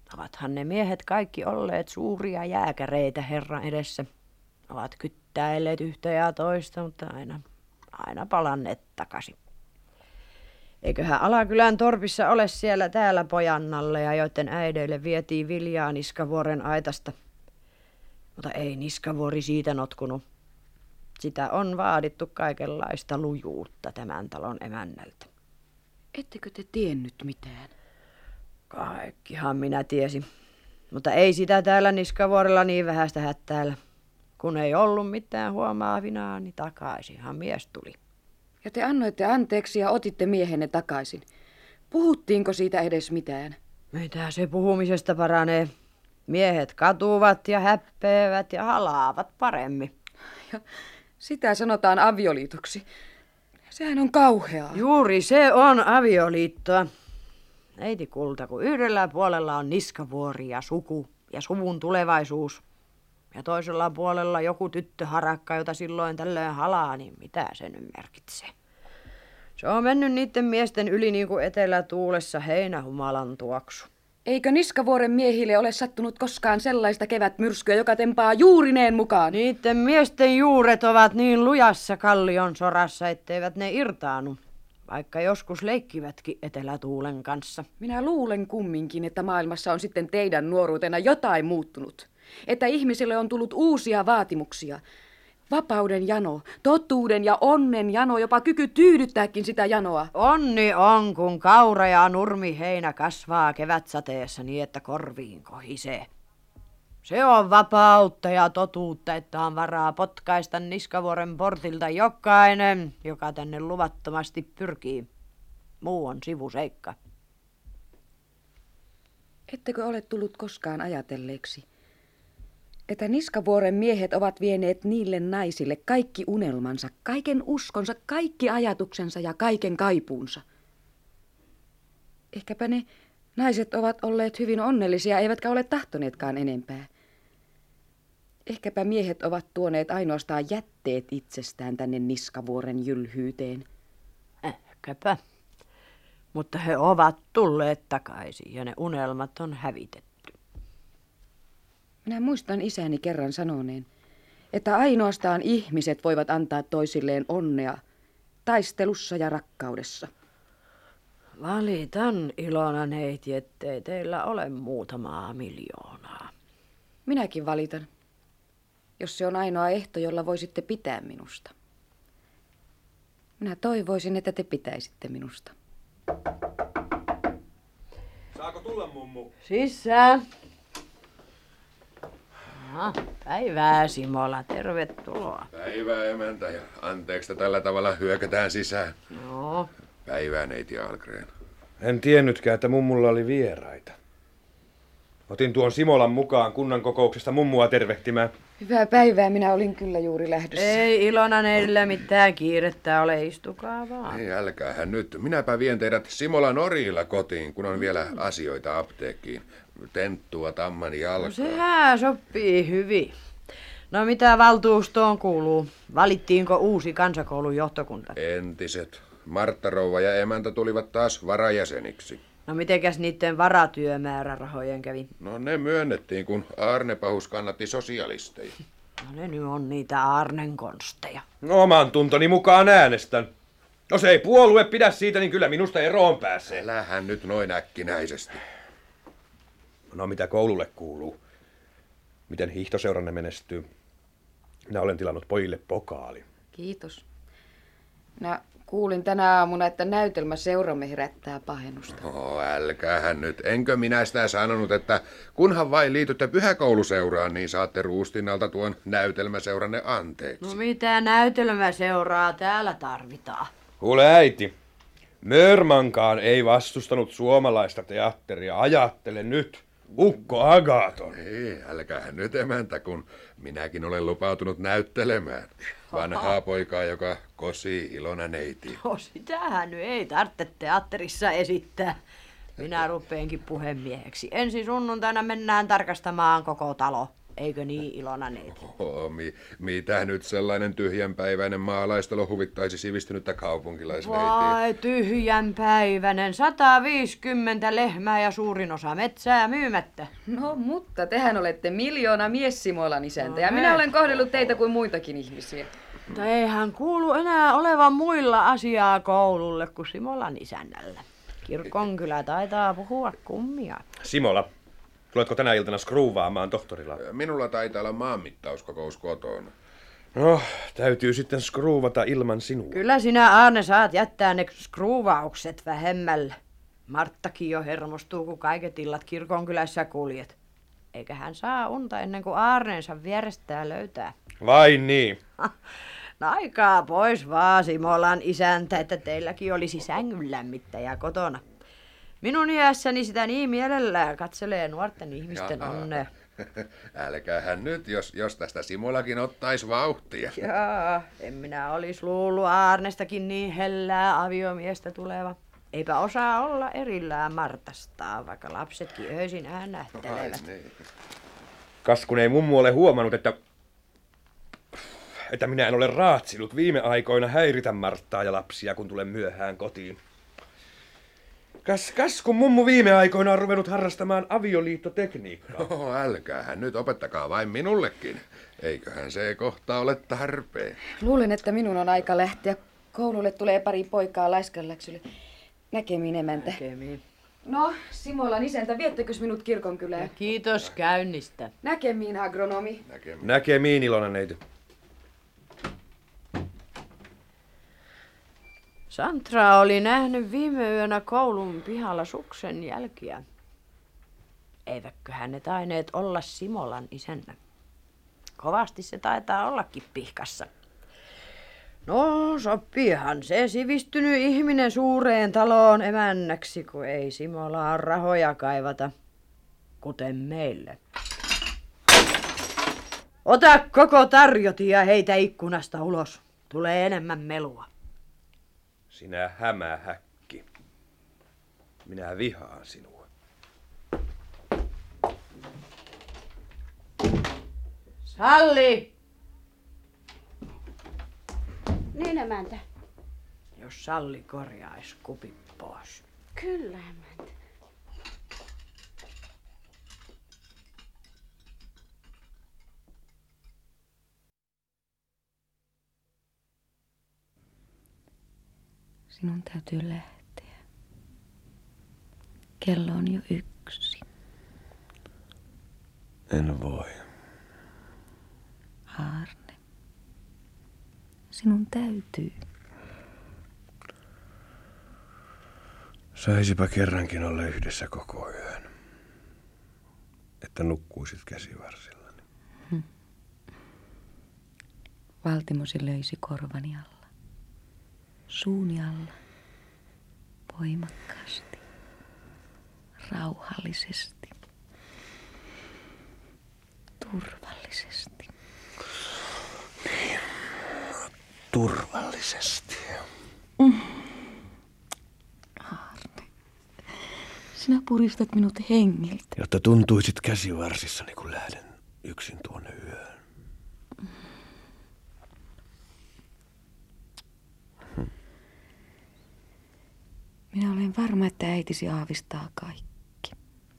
Ovathan ne miehet kaikki olleet suuria jääkäreitä Herran edessä. Ovat kyttäilleet yhtä ja toista, mutta aina, aina palanneet takaisin. Eiköhän Alakylän torpissa ole siellä täällä pojannalleja, joiden äideille vietiin viljaa Niskavuoren aitasta. Mutta ei Niskavuori siitä notkunut. Sitä on vaadittu kaikenlaista lujuutta tämän talon emännältä. Ettekö te tiennyt mitään? Kaikkihan minä tiesin. Mutta ei sitä täällä Niskavuorella niin vähäistä hättäällä. Kun ei ollut mitään huomaavinaa, niin takaisinhan mies tuli. Ja te annoitte anteeksi ja otitte miehenne takaisin. Puhuttiinko siitä edes mitään? Mitä se puhumisesta paranee? Miehet katuvat ja häppeävät ja halaavat paremmin. Ja sitä sanotaan avioliitoksi. Sehän on kauheaa. Juuri se on avioliittoa. Neiti Kulta, kun yhdellä puolella on Niskavuori ja suku ja suvun tulevaisuus. Ja toisella puolella joku tyttöharakka, jota silloin tällöin halaa, niin mitä se nyt merkitsee? Se on mennyt niiden miesten yli niin kuin etelätuulessa heinähumalan tuoksu. Eikö Niskavuoren miehille ole sattunut koskaan sellaista kevätmyrskyä, joka tempaa juurineen mukaan? Niiden miesten juuret ovat niin lujassa kallion sorassa, etteivät ne irtaanu, vaikka joskus leikkivätkin etelätuulen kanssa. Minä luulen kumminkin, että maailmassa on sitten teidän nuoruutena jotain muuttunut. Että ihmisille on tullut uusia vaatimuksia. Vapauden jano, totuuden ja onnen jano, jopa kyky tyydyttääkin sitä janoa. Onni on, kun kaura ja nurmi heinä kasvaa kevätsateessa niin, että korviin kohisee. Se on vapautta ja totuutta, että on varaa potkaista Niskavuoren portilta jokainen, joka tänne luvattomasti pyrkii. Muu on sivuseikka. Ettekö ole tullut koskaan ajatelleeksi, että Niskavuoren miehet ovat vieneet niille naisille kaikki unelmansa, kaiken uskonsa, kaikki ajatuksensa ja kaiken kaipuunsa? Ehkäpä ne naiset ovat olleet hyvin onnellisia, eivätkä ole tahtoneetkaan enempää. Ehkäpä miehet ovat tuoneet ainoastaan jätteet itsestään tänne Niskavuoren jylhyyteen. Ehkäpä. Mutta he ovat tulleet takaisin ja ne unelmat on hävitetty. Minä muistan isäni kerran sanoneen, että ainoastaan ihmiset voivat antaa toisilleen onnea taistelussa ja rakkaudessa. Valitan, Ilona neiti, ettei teillä ole muutamaa miljoonaa. Minäkin valitan, jos se on ainoa ehto, jolla voisitte pitää minusta. Minä toivoisin, että te pitäisitte minusta. Saako tulla, mummu? Sisään. Aha, päivää Simola, tervetuloa. Päivää emäntä ja anteeksi, että tällä tavalla hyökätään sisään. Joo. Päivää neiti Algren. En tiennytkään, että mummulla oli vieraita. Otin tuon Simolan mukaan kunnan kokouksesta mummua tervehtimään. Hyvää päivää, minä olin kyllä juuri lähdössä. Ei Ilona neidillä mitään kiirettä ole, istukaa vaan. Ei älkäähän nyt. Minäpä vien teidät Simolan orilla kotiin, kun on vielä asioita apteekkiin. Tenttua tammani jalkaa. No sehän sopii hyvin. No mitä valtuustoon kuuluu? Valittiinko uusi kansakoulun johtokunta? Entiset. Martta rouva ja emäntä tulivat taas varajäseniksi. No mitenkäs niiden varatyömäärärahojen kävi? No ne myönnettiin, kun Arne Pahus kannatti sosialisteja. No ne nyt on niitä Arnen konsteja. No oman tuntoni mukaan äänestän. Jos ei puolue pidä siitä, niin kyllä minusta eroon pääsee. Älähän nyt noin äkkinäisesti. No mitä koululle kuuluu? Miten hiihtoseuranne menestyy? Minä olen tilannut pojille pokaali. Kiitos. Minä kuulin tänä aamuna, että näytelmäseuramme herättää pahennusta. Oh, älkäähän nyt. Enkö minä sitä sanonut, että kunhan vain liitytte pyhäkouluseuraan, niin saatte Ruustinnalta tuon näytelmäseuranne anteeksi. No mitä näytelmäseuraa täällä tarvitaan? Kuule äiti, Mörmankaan ei vastustanut suomalaista teatteria. Ajattele nyt. Ukko Agaton. Ei, älkäähän nyt emäntä, kun minäkin olen lupautunut näyttelemään. Vanhaa poikaa, joka kosii Ilona neiti. No sitähän nyt ei tarvitse teatterissa esittää. Minä rupeenkin puhemieheksi. Ensi sunnuntaina mennään tarkastamaan koko talo. Eikö niin, Ilona neiti? Oho, mi, mitä nyt sellainen tyhjänpäiväinen maalaistalo huvittaisi sivistynyttä kaupunkilaisneitiä? Vai tyhjänpäiväinen, sata viisikymmentä lehmää ja suurin osa metsää myymättä. No, mutta tehän olette miljoona mies Simolan isäntä, No, ja minä hei. olen kohdellut teitä kuin muitakin ihmisiä. Mutta eihän kuulu enää olevan muilla asiaa koululle kuin Simolan isännällä. Kirkonkylä taitaa puhua kummia. Simola, tuletko tänä iltana skruuvaamaan tohtorilla? Minulla taitaa olla maanmittauskokous kotona. No, täytyy sitten skruuvata ilman sinua. Kyllä sinä, Aarne, saat jättää ne skruuvaukset vähemmällä. Marttakin jo hermostuu, kun kaiket illat kirkonkylässä kuljet. Eikä hän saa unta ennen kuin Aarneensa vierestään löytää. Vai niin? No aikaa pois vaan, Simolan isäntä, että teilläkin olisi sängyn lämmittäjä kotona. Minun iässäni sitä niin mielellään katselee nuorten ihmisten Jaa. onnea. Älkäähän nyt, jos, jos tästä Simolakin ottaisi vauhtia. Jaa, en minä olisi luullut Aarnestakin niin hellää aviomiestä tuleva. Eipä osaa olla erillään Martastaan, vaikka lapsetkin öisin äänähtelevät. Niin. Kas kun ei mummu ole huomannut, että... että minä en ole raatsinut viime aikoina häiritä Marttaa ja lapsia, kun tulen myöhään kotiin. Kas, kas kun mummu viime aikoina on ruvennut harrastamaan avioliittotekniikkaa. No, älkäähän nyt, opettakaa vain minullekin. Eiköhän se kohta ole tarpeen. Luulen, että minun on aika lähteä. Koululle tulee pari poikaa laiskanläksylle. Näkemiin, emäntä. Näkemiin. No, Simolan isäntä, viettekös minut kirkonkylään? Ja kiitos käynnistä. Näkemiin, agronomi. Näkemiin. Näkemiin, Ilona neiti. Santra oli nähnyt viime yönä koulun pihalla suksen jälkiä. Eivätköhän ne taineet olla Simolan isännä? Kovasti se taitaa ollakin pihkassa. No, sopiihan se sivistynyt ihminen suureen taloon emännäksi, kun ei Simolaan rahoja kaivata, kuten meille. Ota koko tarjoti ja heitä ikkunasta ulos. Tulee enemmän melua. Sinä hämähäkki. Minä vihaan sinua. Salli! Niin, emäntä. Jos Salli korjaisi kupit pois. Kyllä, emäntä. Sinun täytyy lähteä. Kello on jo yksi. En voi. Aarne. Sinun täytyy. Saisipa kerrankin olla yhdessä koko yön. Että nukkuisit käsivarsillani. Hm. Valtimosi löysi korvani alla. Suuni alla. Voimakkaasti. Rauhallisesti. Turvallisesti. Niin. Turvallisesti. Mm. Aarne. Sinä puristat minut hengiltä. Jotta tuntuisit käsivarsissani, kun lähden yksin tuonne yöön. Minä olen varma, että äitisi aavistaa kaikki.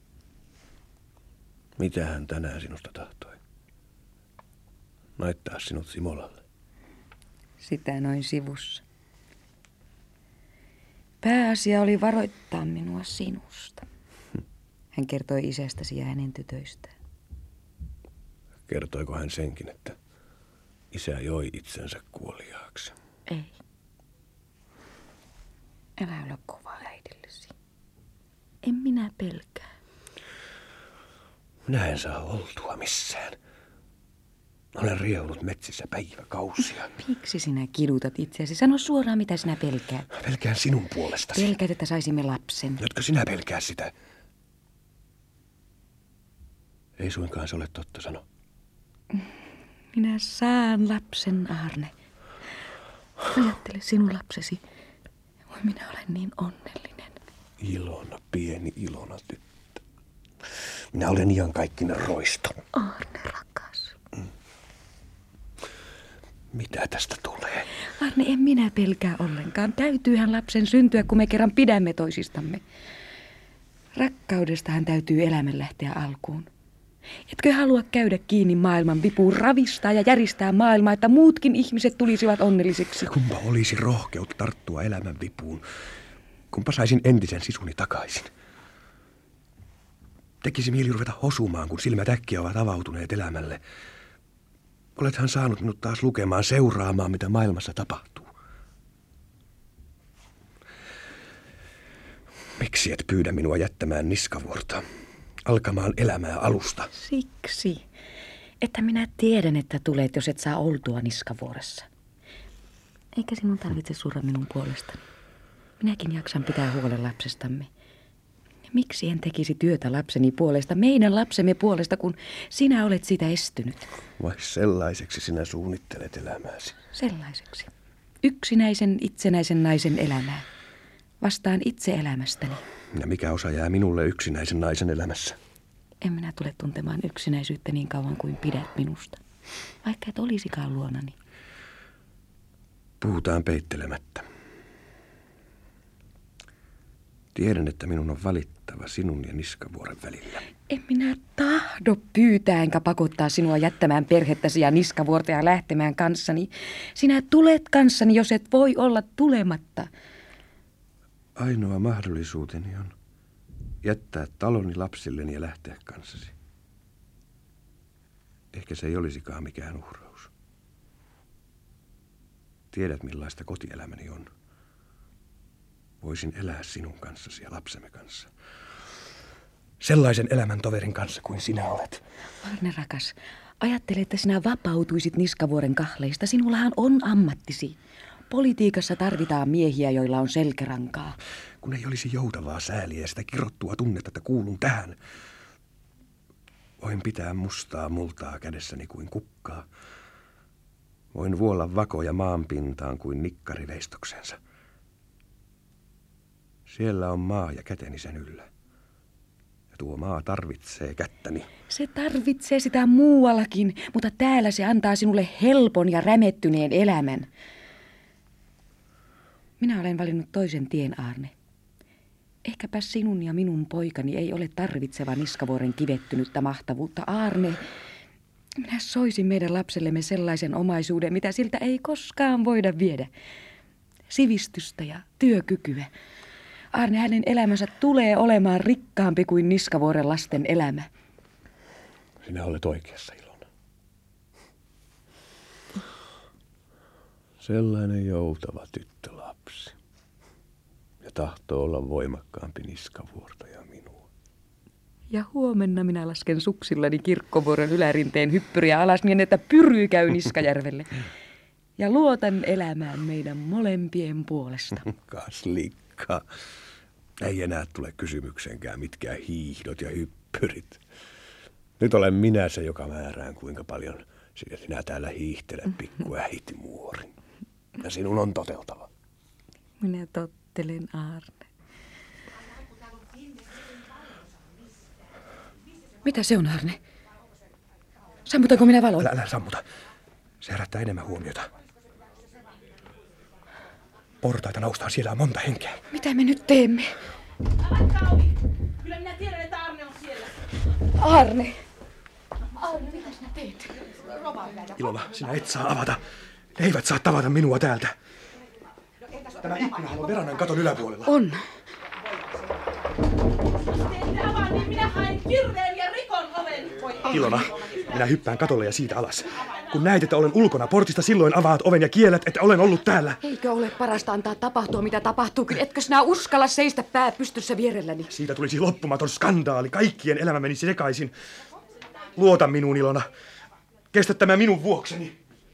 Mitä hän tänään sinusta tahtoi? Naittaa sinut Simolalle. Sitä noin sivussa. Pääasia oli varoittaa minua sinusta. Hän kertoi isästäsi ja hänen tytöistään. Kertoiko hän senkin, että isä joi itsensä kuoliaaksi? Ei. Älä ole kova äidillesi. En minä pelkää. Minä en saa oltua missään. Olen riehunut metsissä päiväkausia. Miksi sinä kidutat itseäsi? Sano suoraan, mitä sinä pelkäät. Pelkään sinun puolestasi. Pelkäät, että saisimme lapsen. Jotka sinä pelkää sitä? Ei suinkaan se ole totta, sano. Minä saan lapsen, Aarne. Ajattele sinun lapsesi. Voi, minä olen niin onnellinen. Ilona, pieni Ilona tyttö. Minä olen iankaikkinen roisto. Aarne, rakkaus. Mitä tästä tulee? Arne, en minä pelkää ollenkaan. Täytyyhän lapsen syntyä, kun me kerran pidämme toisistamme. Rakkaudestahan täytyy elämän lähteä alkuun. Etkö halua käydä kiinni maailman vipuun, ravistaa ja järistää maailmaa, että muutkin ihmiset tulisivat onnellisiksi? Kumpa olisi rohkeutta tarttua elämän vipuun. Kumpa saisin entisen sisuni takaisin. Tekisi mieli ruveta hosumaan, kun silmät äkkiä ovat avautuneet elämälle. Olethan saanut minut taas lukemaan, seuraamaan, mitä maailmassa tapahtuu. Miksi et pyydä minua jättämään Niskavuorta, alkamaan elämää alusta? Siksi, että minä tiedän, että tulet, jos et saa oltua Niskavuoressa. Eikä sinun tarvitse surra minun puolestani. Minäkin jaksan pitää huolen lapsestamme. Miksi en tekisi työtä lapseni puolesta, meidän lapsemme puolesta, kun sinä olet sitä estynyt? Vai sellaiseksi sinä suunnittelet elämääsi? Sellaiseksi. Yksinäisen, itsenäisen naisen elämää. Vastaan itse elämästäni. Ja mikä osa jää minulle yksinäisen naisen elämässä? En minä tule tuntemaan yksinäisyyttä niin kauan kuin pidät minusta. Vaikka et olisikaan luonani. Puhutaan peittelemättä. Tiedän, että minun on valittava sinun ja Niskavuoren välillä. En minä tahdo pyytää enkä pakottaa sinua jättämään perhettäsi ja Niskavuorta ja lähtemään kanssani. Sinä tulet kanssani, jos et voi olla tulematta. Ainoa mahdollisuuteni on jättää taloni lapsilleni ja lähteä kanssasi. Ehkä se ei olisikaan mikään uhraus. Tiedät, millaista kotielämäni on. Voisin elää sinun kanssasi ja lapsemme kanssa. Sellaisen elämän toverin kanssa kuin sinä olet. Arne rakas, ajattele, että sinä vapautuisit Niskavuoren kahleista. Sinullahan on ammattisi. Politiikassa tarvitaan miehiä, joilla on selkärankaa. Kun ei olisi joutavaa sääliä ja sitä kirottua tunnetta, että kuulun tähän. Voin pitää mustaa multaa kädessäni kuin kukkaa. Voin vuolla vakoja maanpintaan kuin nikkari veistoksensa. Siellä on maa ja käteni sen yllä. Ja tuo maa tarvitsee kättäni. Se tarvitsee sitä muuallakin, mutta täällä se antaa sinulle helpon ja rämettyneen elämän. Minä olen valinnut toisen tien, Arne. Ehkäpä sinun ja minun poikani ei ole tarvitseva Niskavuoren kivettynyttä mahtavuutta. Arne, minä soisin meidän lapsellemme sellaisen omaisuuden, mitä siltä ei koskaan voida viedä. Sivistystä ja työkykyä. Arne, hänen elämänsä tulee olemaan rikkaampi kuin Niskavuoren lasten elämä. Sinä olet oikeassa, Ilona. Sellainen joutava tyttölapsi. Ja tahtoo olla voimakkaampi Niskavuorta ja minua. Ja huomenna minä lasken suksillani Kirkkovuoren ylärinteen hyppyriä alas niin, että Pyry käy Niskajärvelle. Ja luotan elämään meidän molempien puolesta. Kas likka. Ei enää tule kysymykseenkään mitkään hiihdot ja hyppyrit. Nyt olen minä se, joka määrään kuinka paljon sinä täällä hiihtelet, pikku äitimuori. Ja sinun on toteltava. Minä tottelen, Arne. Mitä se on, Arne? Sammutanko minä valon? Älä, älä sammuta. Se herättää enemmän huomiota. Portaita noustaan, siellä on monta henkeä. Mitä me nyt teemme? Avatkaa ovi. Kyllä minä tiedän, että Arne on siellä. Arne. Arne, mitä sinä teet? Ilona, sinä et saa avata. Ne eivät saa tavata minua täältä. Tämä ikkunahan on verannan katon yläpuolella. On. Te avaa, niin minä haen kirveen ja rikon oven. Ilona, minä hyppään katolle ja siitä alas. Kun näet, että olen ulkona portista, silloin avaat oven ja kiellät, että olen ollut täällä. Eikö ole parasta antaa tapahtua, mitä tapahtuukin? Etkö sinä uskalla seistä pää pystyssä vierelläni? Siitä tulisi loppumaton skandaali. Kaikkien elämä menisi sekaisin. Luota minuun, Ilona. Kestä tämä minun vuokseni.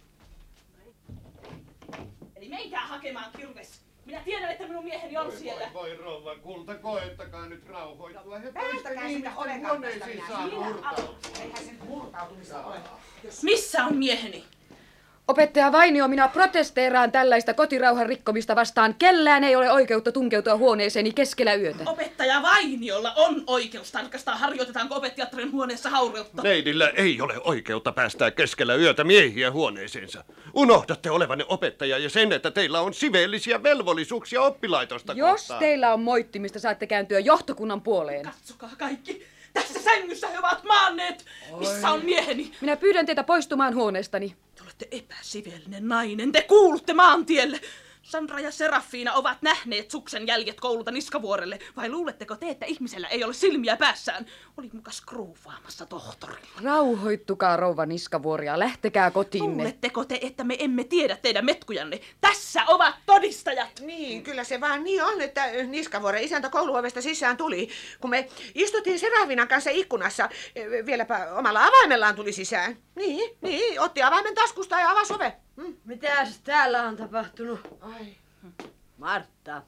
Eli menkää hakemaan kirves. Minä tiedän, että minun mieheni on siellä. Voi rouva kulta, koettakaa nyt rauhoittua. Päästäkää sinne ovenkaupasta minä. Eihän sen murtautumista ole. Missä on mieheni? Opettaja Vainio, minä protesteeraan tällaista kotirauhan rikkomista vastaan. Kellään ei ole oikeutta tunkeutua huoneeseeni keskellä yötä. Opettaja Vainiolla on oikeus tarkastaa, harjoitetaanko opettajattaren huoneessa haureutta. Neidillä ei ole oikeutta päästää keskellä yötä miehiä huoneeseensa. Unohdatte olevanne opettaja ja sen, että teillä on siveellisiä velvollisuuksia oppilaitosta Jos kohtaan. teillä on moittimista, saatte kääntyä johtokunnan puoleen. Katsokaa kaikki. Tässä sängyssä he ovat maanneet. Missä on mieheni? Minä pyydän teitä poistumaan huoneestani. Te olette epäsivellinen nainen. Te kuulutte maantielle. Sandra ja Serafiina ovat nähneet suksen jäljet koululta Niskavuorelle. Vai luuletteko te, että ihmisellä ei ole silmiä päässään? Oli mukas kruuvaamassa tohtorilla. Rauhoittukaa, rouva Niskavuoria. Lähtekää kotiinne. Luuletteko te, että me emme tiedä teidän metkujanne? Tässä ovat todistajat. Niin, kyllä se vaan niin on, että Niskavuoren isäntä kouluovesta sisään tuli. Kun me istuttiin Serafiinan kanssa ikkunassa, vieläpä omalla avaimellaan tuli sisään. Niin, niin, otti avaimen taskusta ja avasi ove. Hmm. Mitäs täällä on tapahtunut? Ai. Martta,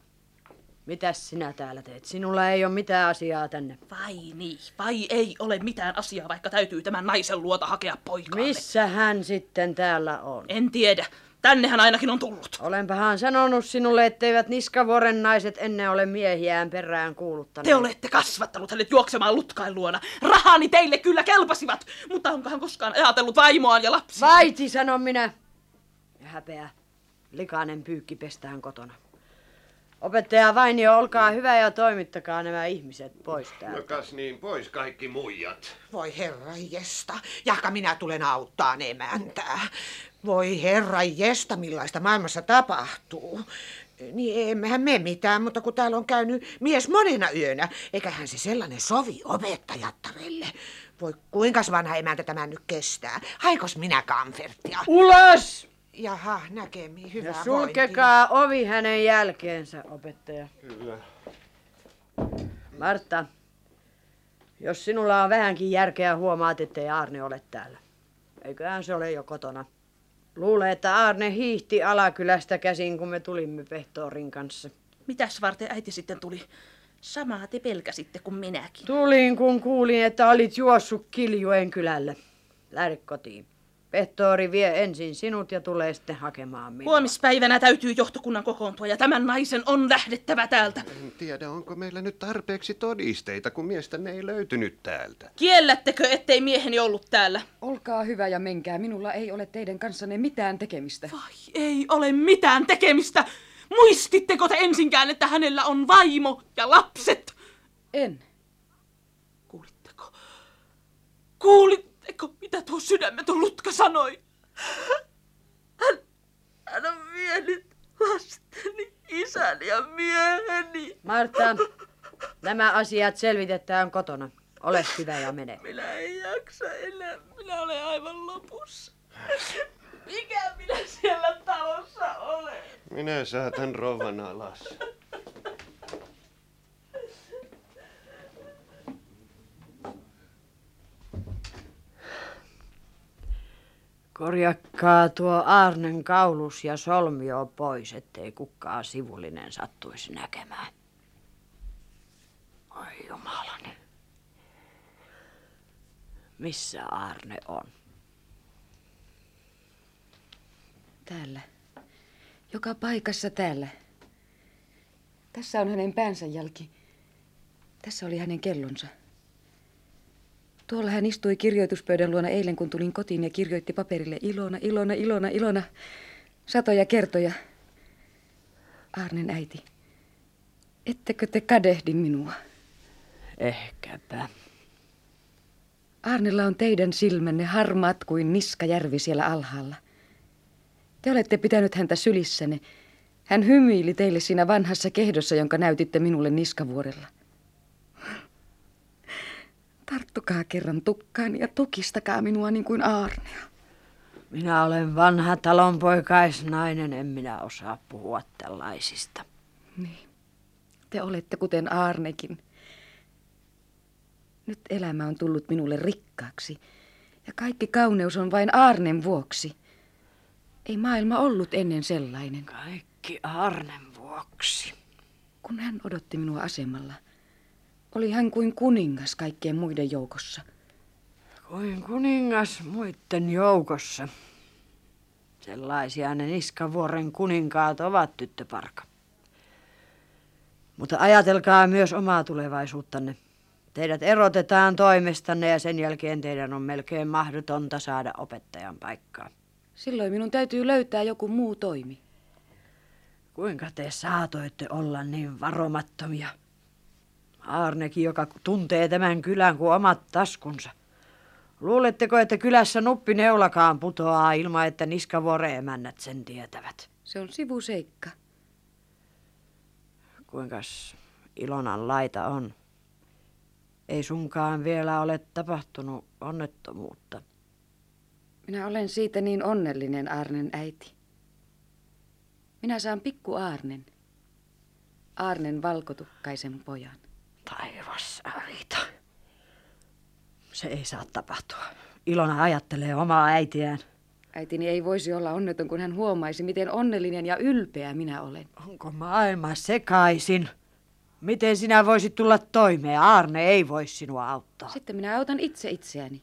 mitäs sinä täällä teet? Sinulla ei ole mitään asiaa tänne. Vai niin, vai ei ole mitään asiaa, vaikka täytyy tämän naisen luota hakea poikaamme. Missä hän sitten täällä on? En tiedä. Tänne hän ainakin on tullut. Olenpahan sanonut sinulle, etteivät Niskavuoren naiset ennen ole miehiään perään kuuluttaneet. Te olette kasvattanut hänet juoksemaan Lutkain luona. Rahani teille kyllä kelpasivat, mutta onko hän koskaan ajatellut vaimoaan ja lapsia? Vaiti, sanon minä. Ja häpeä. Likainen pyykki pestään kotona. Opettaja Vainio, olkaa hyvä ja toimittakaa nämä ihmiset pois täältä. No kas niin, pois kaikki muijat. Voi herra jesta, jahka minä tulen auttaa emäntää. Voi herra jesta, millaista maailmassa tapahtuu. Niin emmehän me mitään, mutta kun täällä on käynyt mies monena yönä, eiköhän se sellainen sovi opettajattarelle. Voi kuinkas vanha emäntä tämä nyt kestää? Haikos minä kamferttia? Ulos! Jaha, näkemiin, hyvää Ja sulkekaa vointia. Ovi hänen jälkeensä, opettaja. Kyllä. Martta, jos sinulla on vähänkin järkeä, huomaat, ettei Aarne ole täällä. Eiköhän se ole jo kotona. Luulee, että Aarne hiihti Alakylästä käsin, kun me tulimme Pehtoorin kanssa. Mitäs varten äiti sitten tuli? Samaa te pelkäsitte kuin minäkin. Tulin, kun kuulin, että olit juossut Kiljueen kylälle. Lähde kotiin. Pehtoori vie ensin sinut ja tulee sitten hakemaan minua. Huomispäivänä täytyy johtokunnan kokoontua ja tämän naisen on lähdettävä täältä. En tiedä, onko meillä nyt tarpeeksi todisteita, kun miestänne ei löytynyt täältä. Kiellättekö, ettei mieheni ollut täällä? Olkaa hyvä ja menkää. Minulla ei ole teidän kanssanne mitään tekemistä. Vai ei ole mitään tekemistä? Muistitteko te ensinkään, että hänellä on vaimo ja lapset? En. Kuulitteko? Kuulitteko, mitä tuo sydämetön Lutka sanoi? Hän, hän on vienyt lasteni, isäni ja mieheni. Martta, nämä asiat selvitetään kotona. Ole hyvä ja mene. Minä en jaksa enää. Minä olen aivan lopussa. Mikä minä siellä talossa olen? Minä saatan rouvan alas. Korjakkaa tuo Aarnen kaulus ja solmio pois, ettei kukaan sivullinen sattuisi näkemään. Oi jumalani. Missä Aarne on? Täällä. Joka paikassa täällä. Tässä on hänen päänsä jälki. Tässä oli hänen kellonsa. Tuolla hän istui kirjoituspöydän luona eilen, kun tulin kotiin ja kirjoitti paperille Ilona, Ilona, Ilona, Ilona. Satoja kertoja. Aarnen äiti, ettekö te kadehdi minua? Ehkäpä. Aarnella on teidän silmänne harmaat kuin niskajärvi siellä alhaalla. Te olette pitänyt häntä sylissänne. Hän hymyili teille siinä vanhassa kehdossa, jonka näytitte minulle Niskavuorella. Tarttukaa kerran tukkaan ja tukistakaa minua niin kuin Aarnea. Minä olen vanha talonpoikaisnainen, en minä osaa puhua tällaisista. Niin, te olette kuten Aarnekin. Nyt elämä on tullut minulle rikkaaksi ja kaikki kauneus on vain Aarnen vuoksi. Ei maailma ollut ennen sellainen. Kaikki Aarnen vuoksi. Kun hän odotti minua asemalla, oli hän kuin kuningas kaikkien muiden joukossa. Kuin kuningas muiden joukossa. Sellaisia ne Niskavuoren kuninkaat ovat, tyttöparka. Mutta ajatelkaa myös omaa tulevaisuuttanne. Teidät erotetaan toimestanne ja sen jälkeen teidän on melkein mahdotonta saada opettajan paikkaa. Silloin minun täytyy löytää joku muu toimi. Kuinka te saatoitte olla niin varomattomia? Aarnekin, joka tuntee tämän kylän kuin omat taskunsa. Luuletteko, että kylässä nuppineulakaan putoaa ilman, että Niskavuoren emännät sen tietävät? Se on sivuseikka. Kuinkas Ilonan laita on? Ei sunkaan vielä ole tapahtunut onnettomuutta. Minä olen siitä niin onnellinen, Aarnen äiti. Minä saan pikku Aarnen. Aarnen valkotukkaisen pojan. Taivas, Arita. Se ei saa tapahtua. Ilona ajattelee omaa äitiään. Äitini ei voisi olla onneton, kun hän huomaisi, miten onnellinen ja ylpeä minä olen. Onko maailma sekaisin? Miten sinä voisit tulla toimeen? Aarne ei voi sinua auttaa. Sitten minä autan itse itseäni.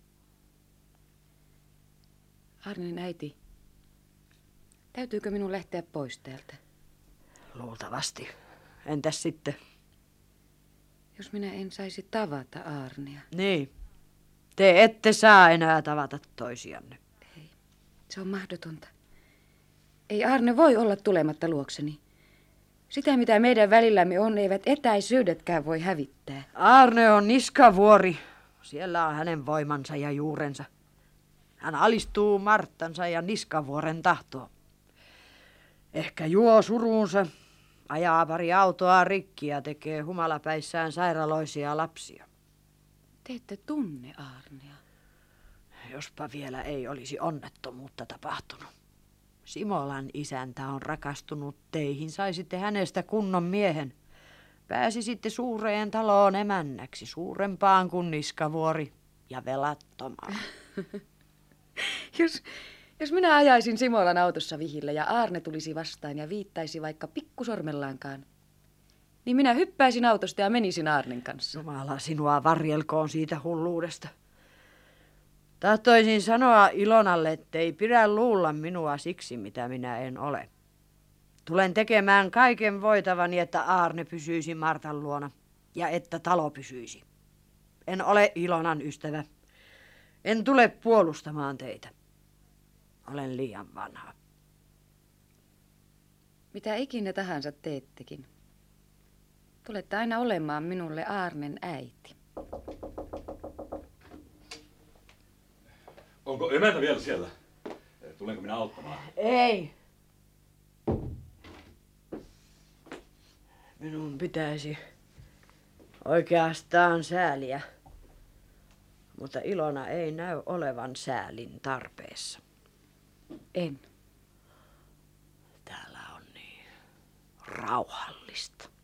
Aarnen äiti, täytyykö minun lähteä pois täältä? Luultavasti. Entäs sitten? Jos minä en saisi tavata Aarnea. Niin. Te ette saa enää tavata toisianne. Ei, se on mahdotonta. Ei Aarne voi olla tulematta luokseni. Sitä, mitä meidän välillämme on, eivät etäisyydetkään voi hävittää. Aarne on Niskavuori. Siellä on hänen voimansa ja juurensa. Hän alistuu Marttansa ja Niskavuoren tahtoon. Ehkä juo suruunsa, ajaa pari autoa rikki ja tekee humalapäissään sairaloisia lapsia. Te ette tunne Aarnea. Jospa vielä ei olisi onnettomuutta tapahtunut. Simolan isäntä on rakastunut teihin, saisitte hänestä kunnon miehen. Pääsisitte suureen taloon emännäksi, suurempaan kuin Niskavuori ja velattomaan. Jos, jos minä ajaisin Simolan autossa vihille ja Aarne tulisi vastaan ja viittaisi vaikka pikkusormellaankaan, niin minä hyppäisin autosta ja menisin Aarnen kanssa. Jumala sinua varjelkoon siitä hulluudesta. Tahtoisin sanoa Ilonalle, ettei pidä luulla minua siksi, mitä minä en ole. Tulen tekemään kaiken voitavani, että Aarne pysyisi Martan luona ja että talo pysyisi. En ole Ilonan ystävä. En tule puolustamaan teitä. Olen liian vanha. Mitä ikinä tahansa teettekin, tulette aina olemaan minulle Aarnen äiti. Onko emäntä vielä siellä? Tulenko minä auttamaan? Ei. Minun pitäisi oikeastaan sääliä, mutta Ilona ei näy olevan säälin tarpeessa. En. Täällä on niin rauhallista.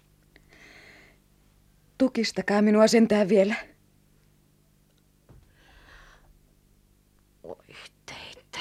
Tukistakaa minua sentään vielä. Oi teitä.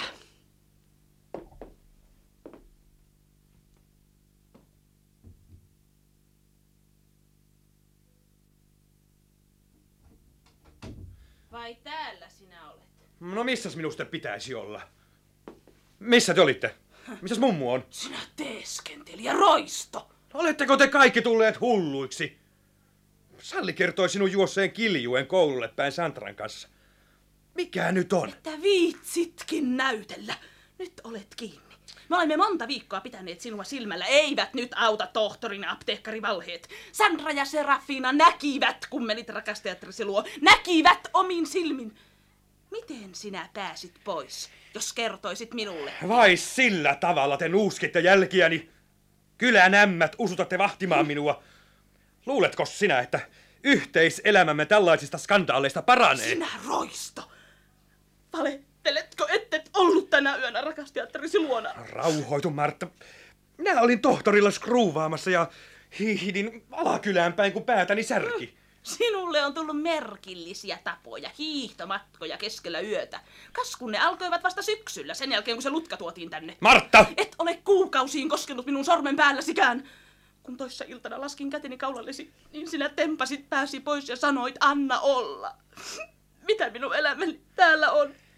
Vai täällä sinä olet? No missäs minusta pitäisi olla? Missä te olitte? Missäs mummu on? Sinä teeskentelijä roisto! Oletteko te kaikki tulleet hulluiksi? Salli kertoi sinun juosseen kiljuen koululle päin Santran kanssa. Mikä nyt on? Että viitsitkin näytellä. Nyt olet kiinni. Me olemme monta viikkoa pitäneet sinua silmällä. Eivät nyt auta tohtorin apteekkarivalheet. Sandra ja Serafina näkivät, kun menit rakastajatrisi luo. Näkivät omin silmin. Miten sinä pääsit pois, jos kertoisit minulle? Vai sillä tavalla te nuuskitte jälkiäni? Kylän ämmät usutatte vahtimaan minua. Luuletko sinä, että yhteiselämämme tällaisista skandaaleista paranee? Sinä roisto! Valehteletko, ettet ollut tänä yönä rakastajatrisi luona? Rauhoitu, Martta. Minä olin tohtorilla skruuvaamassa ja hiihdin alakylään päin, kun päätäni särki. Sinulle on tullut merkillisiä tapoja, hiihtomatkoja keskellä yötä. Kas kun ne alkoivat vasta syksyllä, sen jälkeen kun se lutka tuotiin tänne. Martta! Et ole kuukausiin koskenut minun sormen päälläsikään. Kun toissa iltana laskin käteni kaulallesi, niin sinä tempasit pääsi pois ja sanoit, anna olla. Mitä minun elämäni täällä on?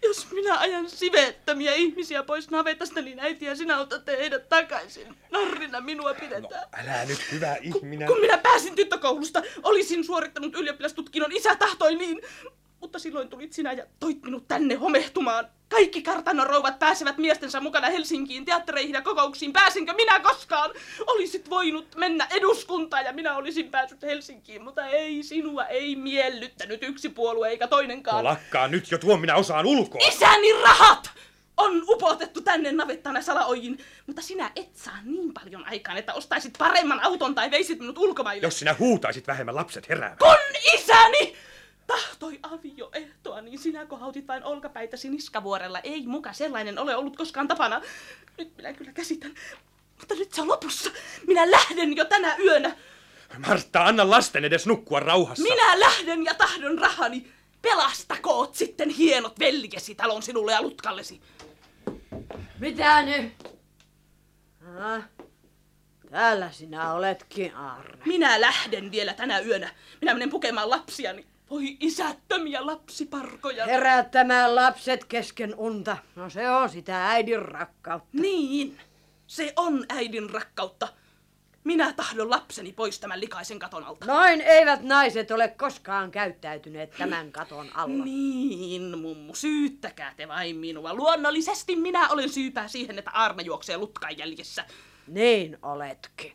Jos minä ajan siveettömiä ihmisiä pois navetasta, niin äiti ja sinä otatte heidät takaisin. Narrina minua pidetään. No, älä nyt, hyvä ihminen. Kun minä pääsin tyttökoulusta, olisin suorittanut ylioppilastutkinnon, isä tahtoi niin. Mutta silloin tulit sinä ja toit minut tänne homehtumaan. Kaikki kartanon rouvat pääsevät miestensä mukana Helsinkiin, teattereihin ja kokouksiin. Pääsinkö minä koskaan? Olisit voinut mennä eduskuntaan ja minä olisin päässyt Helsinkiin, mutta ei, sinua ei miellyttänyt yksi puolue eikä toinenkaan. No lakkaa nyt jo, tuon minä osaan ulkoa. Isäni rahat on upotettu tänne navettaan ja salaojiin, mutta sinä et saa niin paljon aikaan, että ostaisit paremman auton tai veisit minut ulkomaille. Jos sinä huutaisit vähemmän, lapset heräävät. Kun isäni tahtoi avioehtoa, niin sinä kohautit vain olkapäitäsi Niskavuorella. Ei muka sellainen ole ollut koskaan tapana. Nyt minä kyllä käsitän. Mutta nyt se on lopussa. Minä lähden jo tänä yönä. Martta, anna lasten edes nukkua rauhassa. Minä lähden ja tahdon rahani. Pelastakoot sitten hienot veljesi talon sinulle ja lutkallesi. Mitä nyt? Ah, täällä sinä oletkin, Aarne. Minä lähden vielä tänä yönä. Minä menen pukemaan lapsiani. Voi isättömiä lapsiparkoja. Herättämään lapset kesken unta. No se on sitä äidin rakkautta. Niin, se on äidin rakkautta. Minä tahdon lapseni pois tämän likaisen katon alta. Noin eivät naiset ole koskaan käyttäytyneet tämän katon alla. Niin, mummu, syyttäkää te vain minua. Luonnollisesti minä olen syypää siihen, että Aarne juoksee lutkan jäljessä. Niin oletkin.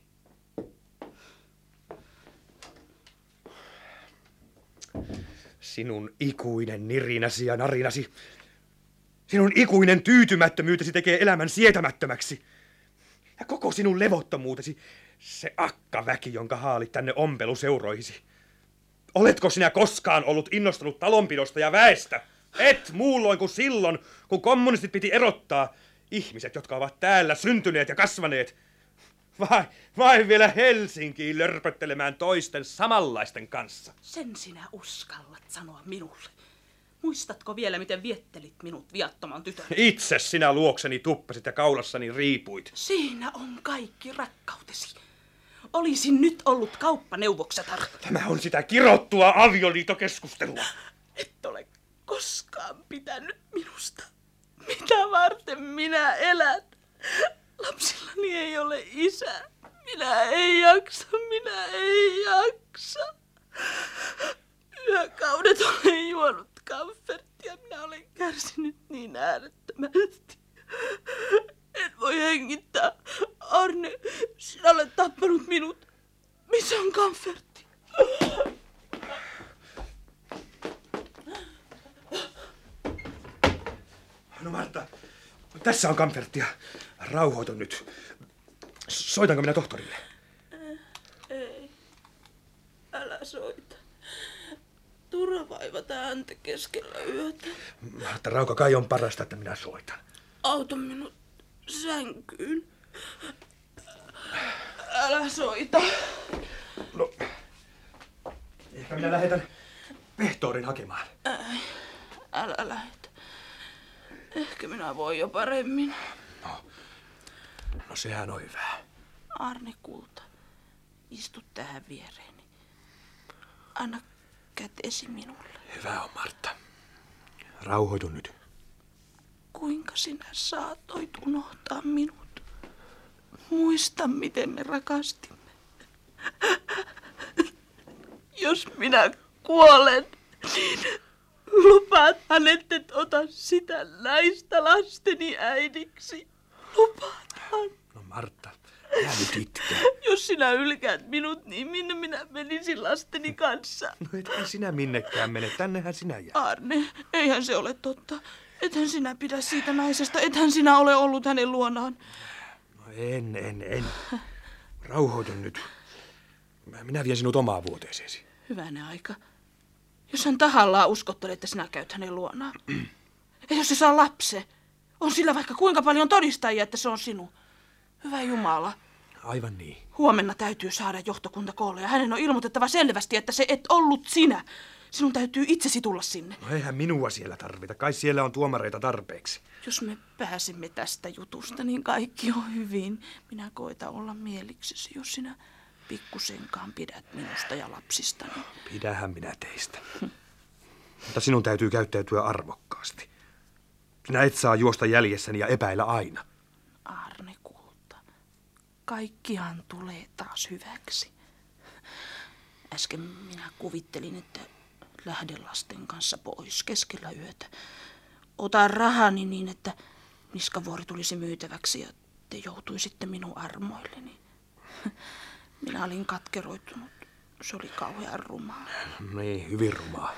Sinun ikuinen nirinäsi ja narinasi, sinun ikuinen tyytymättömyytesi tekee elämän sietämättömäksi. Ja koko sinun levottomuutesi, se akkaväki, jonka haalit tänne ompeluseuroihisi. Oletko sinä koskaan ollut innostunut talonpidosta ja väestä? Et muulloin kuin silloin, kun kommunistit piti erottaa ihmiset, jotka ovat täällä syntyneet ja kasvaneet. Vai, vai vielä Helsinkiin lörpöttelemään toisten samanlaisten kanssa? Sen sinä uskallat sanoa minulle. Muistatko vielä, miten viettelit minut viattoman tytön? Itse sinä luokseni tuppasit ja kaulassani riipuit. Siinä on kaikki rakkautesi. Olisin nyt ollut kauppaneuvoksetar. Tämä on sitä kirottua avioliitokeskustelua. Et ole koskaan pitänyt minusta. Mitä varten minä elän? Lapsillani ei ole isä. Minä ei jaksa, minä ei jaksa. Yökaudet olen juonut kamferttia. Minä olen kärsinyt niin äärettömästi. En voi hengittää. Arne, sinä olet tappanut minut. Missä on kamfertti? No Martta, tässä on kamferttia. Rauhoitu nyt. Soitanko minä tohtorille? Ei. Älä soita. Turvaivat ääntä keskellä yötä. Martta, Rauka, kai on parasta, että minä soitan. Auta minut sänkyyn. Älä soita. No, ehkä minä lähetän pehtorin hakemaan. Ei, älä lähetä. Ehkä minä voin jo paremmin. No, no sehän on hyvä. Arne kulta, istu tähän viereeni. Anna kätesi minulle. Hyvä on, Martta. Rauhoitu nyt. Kuinka sinä saatoit unohtaa minut? Muista, miten me rakastimme. Jos minä kuolen, niin lupaathan, ettet ota sitä naista lasteni äidiksi. Lupaathan. No Martta, älä nyt itke. Jos sinä ylkäät minut, niin minne minä menisin lasteni kanssa? No ethän sinä minnekään mene, tännehän sinä jää. Arne, eihän se ole totta. Ethän sinä pidä siitä naisesta, ethän sinä ole ollut hänen luonaan. No en, en, en. Rauhoitu nyt. Minä vien sinut omaan vuoteeseesi. Hyvänä aika. Jos hän tahallaan uskottelee, että sinä käyt hänen luonaan. Ja jos se saa lapse, on sillä vaikka kuinka paljon todistajia, että se on sinun. Hyvä Jumala. Aivan niin. Huomenna täytyy saada johtokunta koolle ja hänen on ilmoitettava selvästi, että se et ollut sinä. Sinun täytyy itsesi tulla sinne. No eihän minua siellä tarvita. Kai siellä on tuomareita tarpeeksi. Jos me pääsemme tästä jutusta, niin kaikki on hyvin. Minä koitan olla mieliksesi, jos sinä pikkusenkaan pidät minusta ja lapsistani. Pidähän minä teistä. Hm. Mutta sinun täytyy käyttäytyä arvokkaasti. Sinä et saa juosta jäljessäni ja epäillä aina. Aarne kulta, kaikkihan tulee taas hyväksi. Äsken minä kuvittelin, että lähden lasten kanssa pois keskellä yötä. Otan rahani niin, että Niskavuori tulisi myytäväksi ja te joutuisitte minun armoilleni. Minä olin katkeroitunut. Se oli kauhean rumaa. Niin, hyvin rumaa.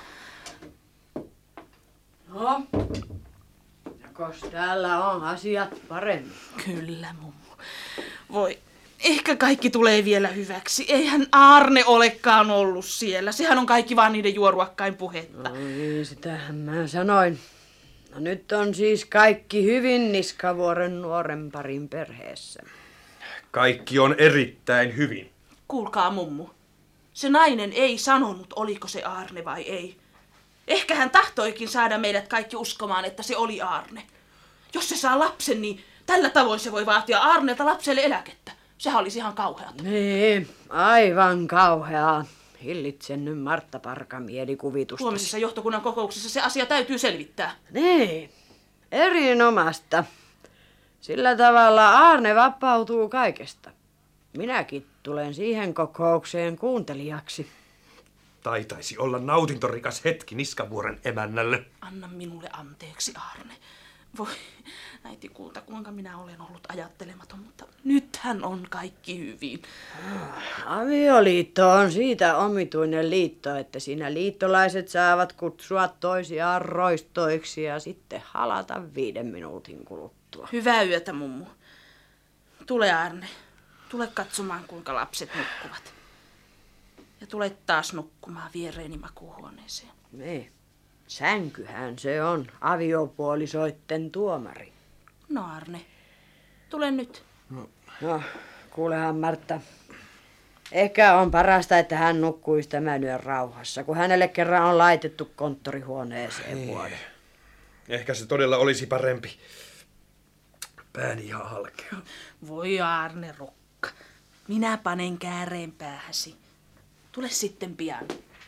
No, jakos täällä on asiat paremmin? Kyllä, mummu. Voi, ehkä kaikki tulee vielä hyväksi. Eihän Aarne olekaan ollut siellä. Sehän on kaikki vaan niiden juoruakkain puhetta. No niin, sitähän mä sanoin. No nyt on siis kaikki hyvin Niskavuoren nuoren parin perheessä. Kaikki on erittäin hyvin. Kuulkaa, mummu. Se nainen ei sanonut, oliko se Aarne vai ei. Ehkä hän tahtoikin saada meidät kaikki uskomaan, että se oli Aarne. Jos se saa lapsen, niin tällä tavoin se voi vaatia Aarnelta lapselle eläkettä. Sehän olisi ihan kauheata. Niin, aivan kauheaa. Hillitsen nyt Martta Parkan mielikuvitusta. Huomisessa johtokunnan kokouksessa se asia täytyy selvittää. Niin, erinomaista. Sillä tavalla Aarne vapautuu kaikesta. Minäkin tulen siihen kokoukseen kuuntelijaksi. Taitaisi olla nautintorikas hetki Niskavuoren emännälle. Anna minulle anteeksi, Aarne. Voi, äiti kulta, kuinka minä olen ollut ajattelematon, mutta nythän on kaikki hyvin. Avioliitto on siitä omituinen liitto, että siinä liittolaiset saavat kutsua toisiaan roistoiksi ja sitten halata viiden minuutin kuluttua. Hyvää yötä, mummu. Tule, Aarne. Tule katsomaan, kuinka lapset nukkuvat. Ja tule taas nukkumaan viereeni makuuhuoneeseen. Niin. Sänkyhän se on, aviopuolisoitten tuomari. No, Aarne, tule nyt. No, no kuulehan Martta. Ehkä on parasta, että hän nukkuisi tämän yön rauhassa, kun hänelle kerran on laitettu konttorihuoneeseen Ei. vuoden. Ehkä se todella olisi parempi. Pääni ihan halkea. Voi Aarne Rokka, minä panen kääreen päähäsi. Tule sitten pian.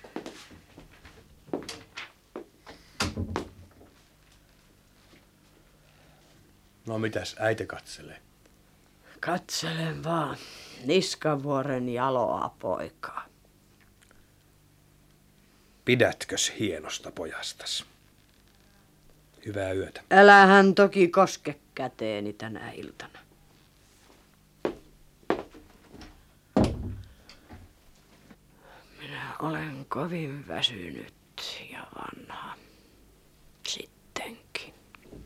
No mitäs äiti katselee? Katselen vaan Niskavuoren jaloa poikaa. Pidätkös hienosta pojastas? Hyvää yötä. Älähän toki koske käteeni tänä iltana. Minä olen kovin väsynyt ja vanha. Sittenkin.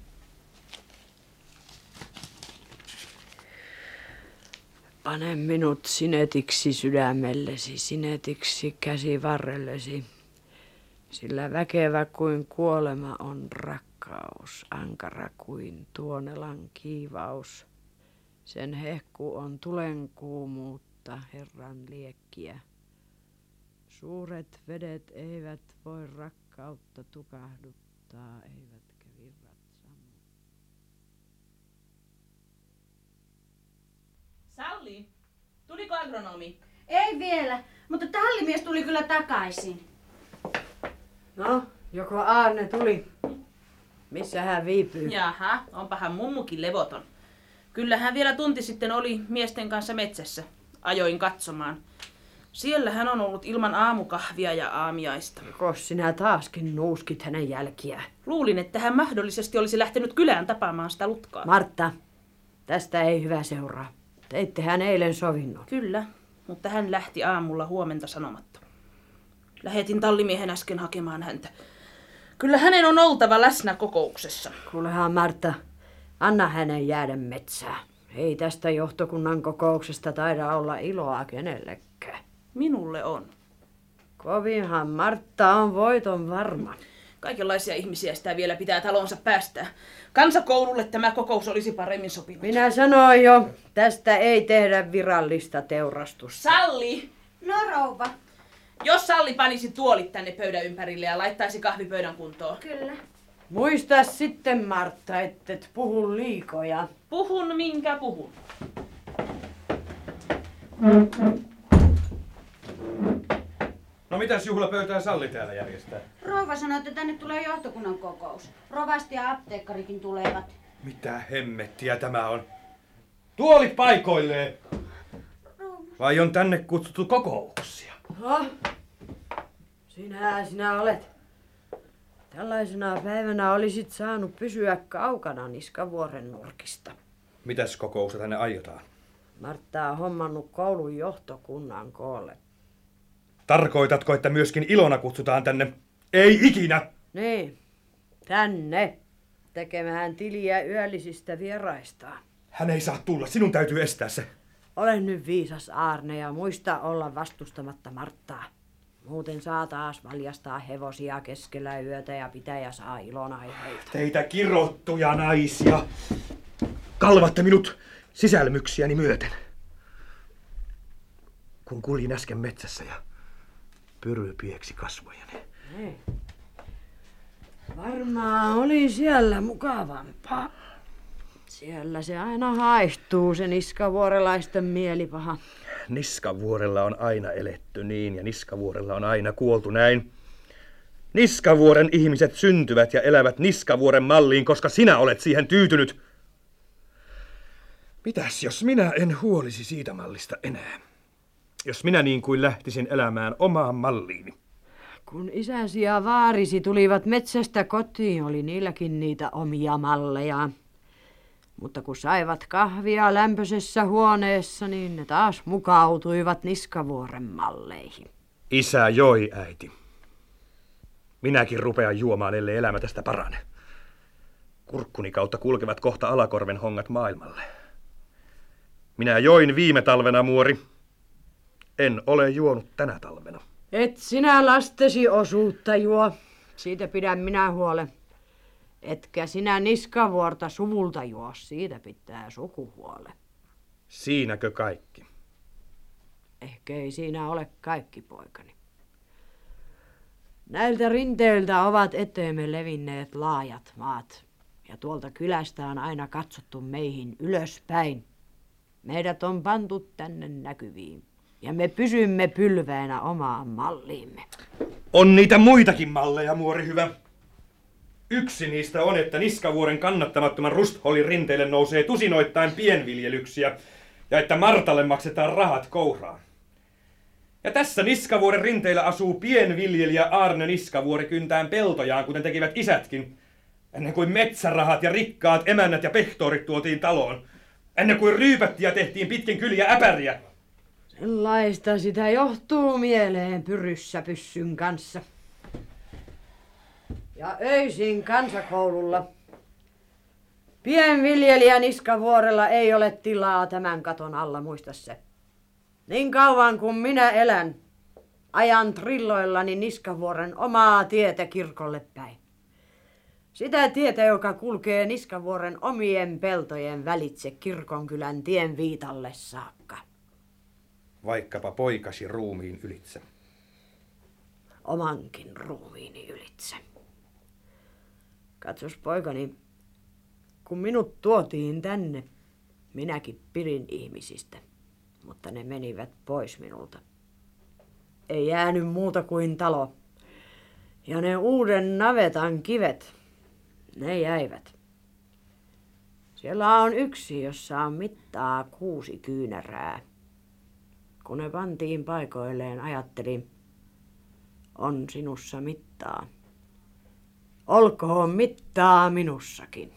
Pane minut sinetiksi sydämellesi, sinetiksi käsivarrellesi, sillä väkevä kuin kuolema on rakkaus, ankara kuin tuonelan kiivaus. Sen hehku on tulen kuumuutta, Herran liekkiä. Suuret vedet eivät voi rakkautta tukahduttaa, eivätkä virrat sammuttaa. Salli, tuliko agronomi? Ei vielä, mutta tallimies tuli kyllä takaisin. No, joko Aarne tuli? Missä hän viipyy? Jaha, onpa hän mummukin levoton. Kyllä hän vielä tunti sitten oli miesten kanssa metsässä. Ajoin katsomaan. Siellä hän on ollut ilman aamukahvia ja aamiaista. Kos sinä taaskin nuuskit hänen jälkiään? Luulin, että hän mahdollisesti olisi lähtenyt kylään tapaamaan sitä Lutkaa. Martta, tästä ei hyvä seuraa. Teittehän eilen sovinnon. Kyllä, mutta hän lähti aamulla huomenta sanomatta. Lähetin tallimiehen äsken hakemaan häntä. Kyllä hänen on oltava läsnä kokouksessa. Kuulehan Martta, anna hänen jäädä metsään. Ei tästä johtokunnan kokouksesta taida olla iloa kenellekään. Minulle on. Kovinhan Martta on voiton varma. Kaikenlaisia ihmisiä sitä vielä pitää talonsa päästää. Kansakoululle tämä kokous olisi paremmin sopinut. Minä sanoin jo, tästä ei tehdä virallista teurastusta. Salli! No rouva. Jos Salli panisi tuolit tänne pöydän ympärille ja laittaisi kahvipöydän kuntoon. Kyllä. Muista sitten, Martta, ettet puhu liikoja. Puhun minkä puhun. No mitäs juhlapöytää Salli täällä järjestää? Rouva rouva sanoi, että tänne tulee johtokunnan kokous. Rovasti ja apteekkarikin tulevat. Mitä hemmettiä tämä on? Tuolit paikoilleen! Vai on tänne kutsuttu kokouksia? Oh, sinä sinä olet. Tällaisena päivänä olisit saanut pysyä kaukana Niskavuoren nurkista. Mitäs kokousta tänne aiotaan? Martta on hommannut koulun johtokunnan koolle. Tarkoitatko, että myöskin Ilona kutsutaan tänne? Ei ikinä! Niin, tänne tekemään tiliä yöllisistä vieraistaan. Hän ei saa tulla, sinun täytyy estää se. Ole nyt viisas, Aarne, ja muista olla vastustamatta Marttaa. Muuten saa taas valjastaa hevosia keskellä yötä ja pitäjä saa ilonaiheita. Teitä kirottuja naisia! Kalvatte minut sisälmyksiäni myöten. Kun kuljin äsken metsässä ja pyry pieksi kasvojani. Ei. Varmaan oli siellä mukavampaa. Siellä se aina haihtuu, se niskavuorelaisten mielipaha. Niskavuorella on aina eletty niin ja Niskavuorella on aina kuoltu näin. Niskavuoren ihmiset syntyvät ja elävät Niskavuoren malliin, koska sinä olet siihen tyytynyt. Mitäs jos minä en huolisi siitä mallista enää? Jos minä niin kuin lähtisin elämään omaan malliini. Kun isäsi ja vaarisi tulivat metsästä kotiin, oli niilläkin niitä omia malleja. Mutta kun saivat kahvia lämpöisessä huoneessa, niin ne taas mukautuivat Niskavuoren malleihin. Isä joi, äiti. Minäkin rupean juomaan, ellei elämä tästä parane. Kurkkuni kautta kulkevat kohta Alakorven hongat maailmalle. Minä join viime talvena, muori. En ole juonut tänä talvena. Et sinä lastesi osuutta juo. Siitä pidän minä huolen. Etkä sinä Niskavuorta suvulta juo. Siitä pitää sukuhuole. Siinäkö kaikki? Ehkä ei siinä ole kaikki, poikani. Näiltä rinteiltä ovat eteemme levinneet laajat maat. Ja tuolta kylästä on aina katsottu meihin ylöspäin. Meidät on pantu tänne näkyviin. Ja me pysymme pylveenä omaan malliimme. On niitä muitakin malleja, muori hyvä. Yksi niistä on, että Niskavuoren kannattamattoman Rustholin rinteille nousee tusinoittain pienviljelyksiä ja että Martalle maksetaan rahat kouraan. Ja tässä Niskavuoren rinteillä asuu pienviljelijä Aarne Niskavuori kyntään peltojaan, kuten tekivät isätkin, ennen kuin metsärahat ja rikkaat emännät ja pehtoorit tuotiin taloon, ennen kuin ryypättiin ja tehtiin pitkin kyliä äpäriä. Sellaista sitä johtuu mieleen pyryssä pyssyn kanssa. Ja öisin kansakoululla. Pienviljelijä Niskavuorella ei ole tilaa tämän katon alla, muista se. Niin kauan kuin minä elän, ajan trilloillani Niskavuoren omaa tietä kirkolle päin. Sitä tietä, joka kulkee Niskavuoren omien peltojen välitse kirkonkylän tien viitalle saakka. Vaikkapa poikasi ruumiin ylitse. Omankin ruumiini ylitse. Katsos, poikani, kun minut tuotiin tänne, minäkin pidin ihmisistä, mutta ne menivät pois minulta. Ei jäänyt muuta kuin talo. Ja ne uuden navetan kivet, ne jäivät. Siellä on yksi, jossa on mittaa kuusi kyynärää. Kun ne pantiin paikoilleen, ajattelin, on sinussa mittaa. Olkoon mittaa minussakin.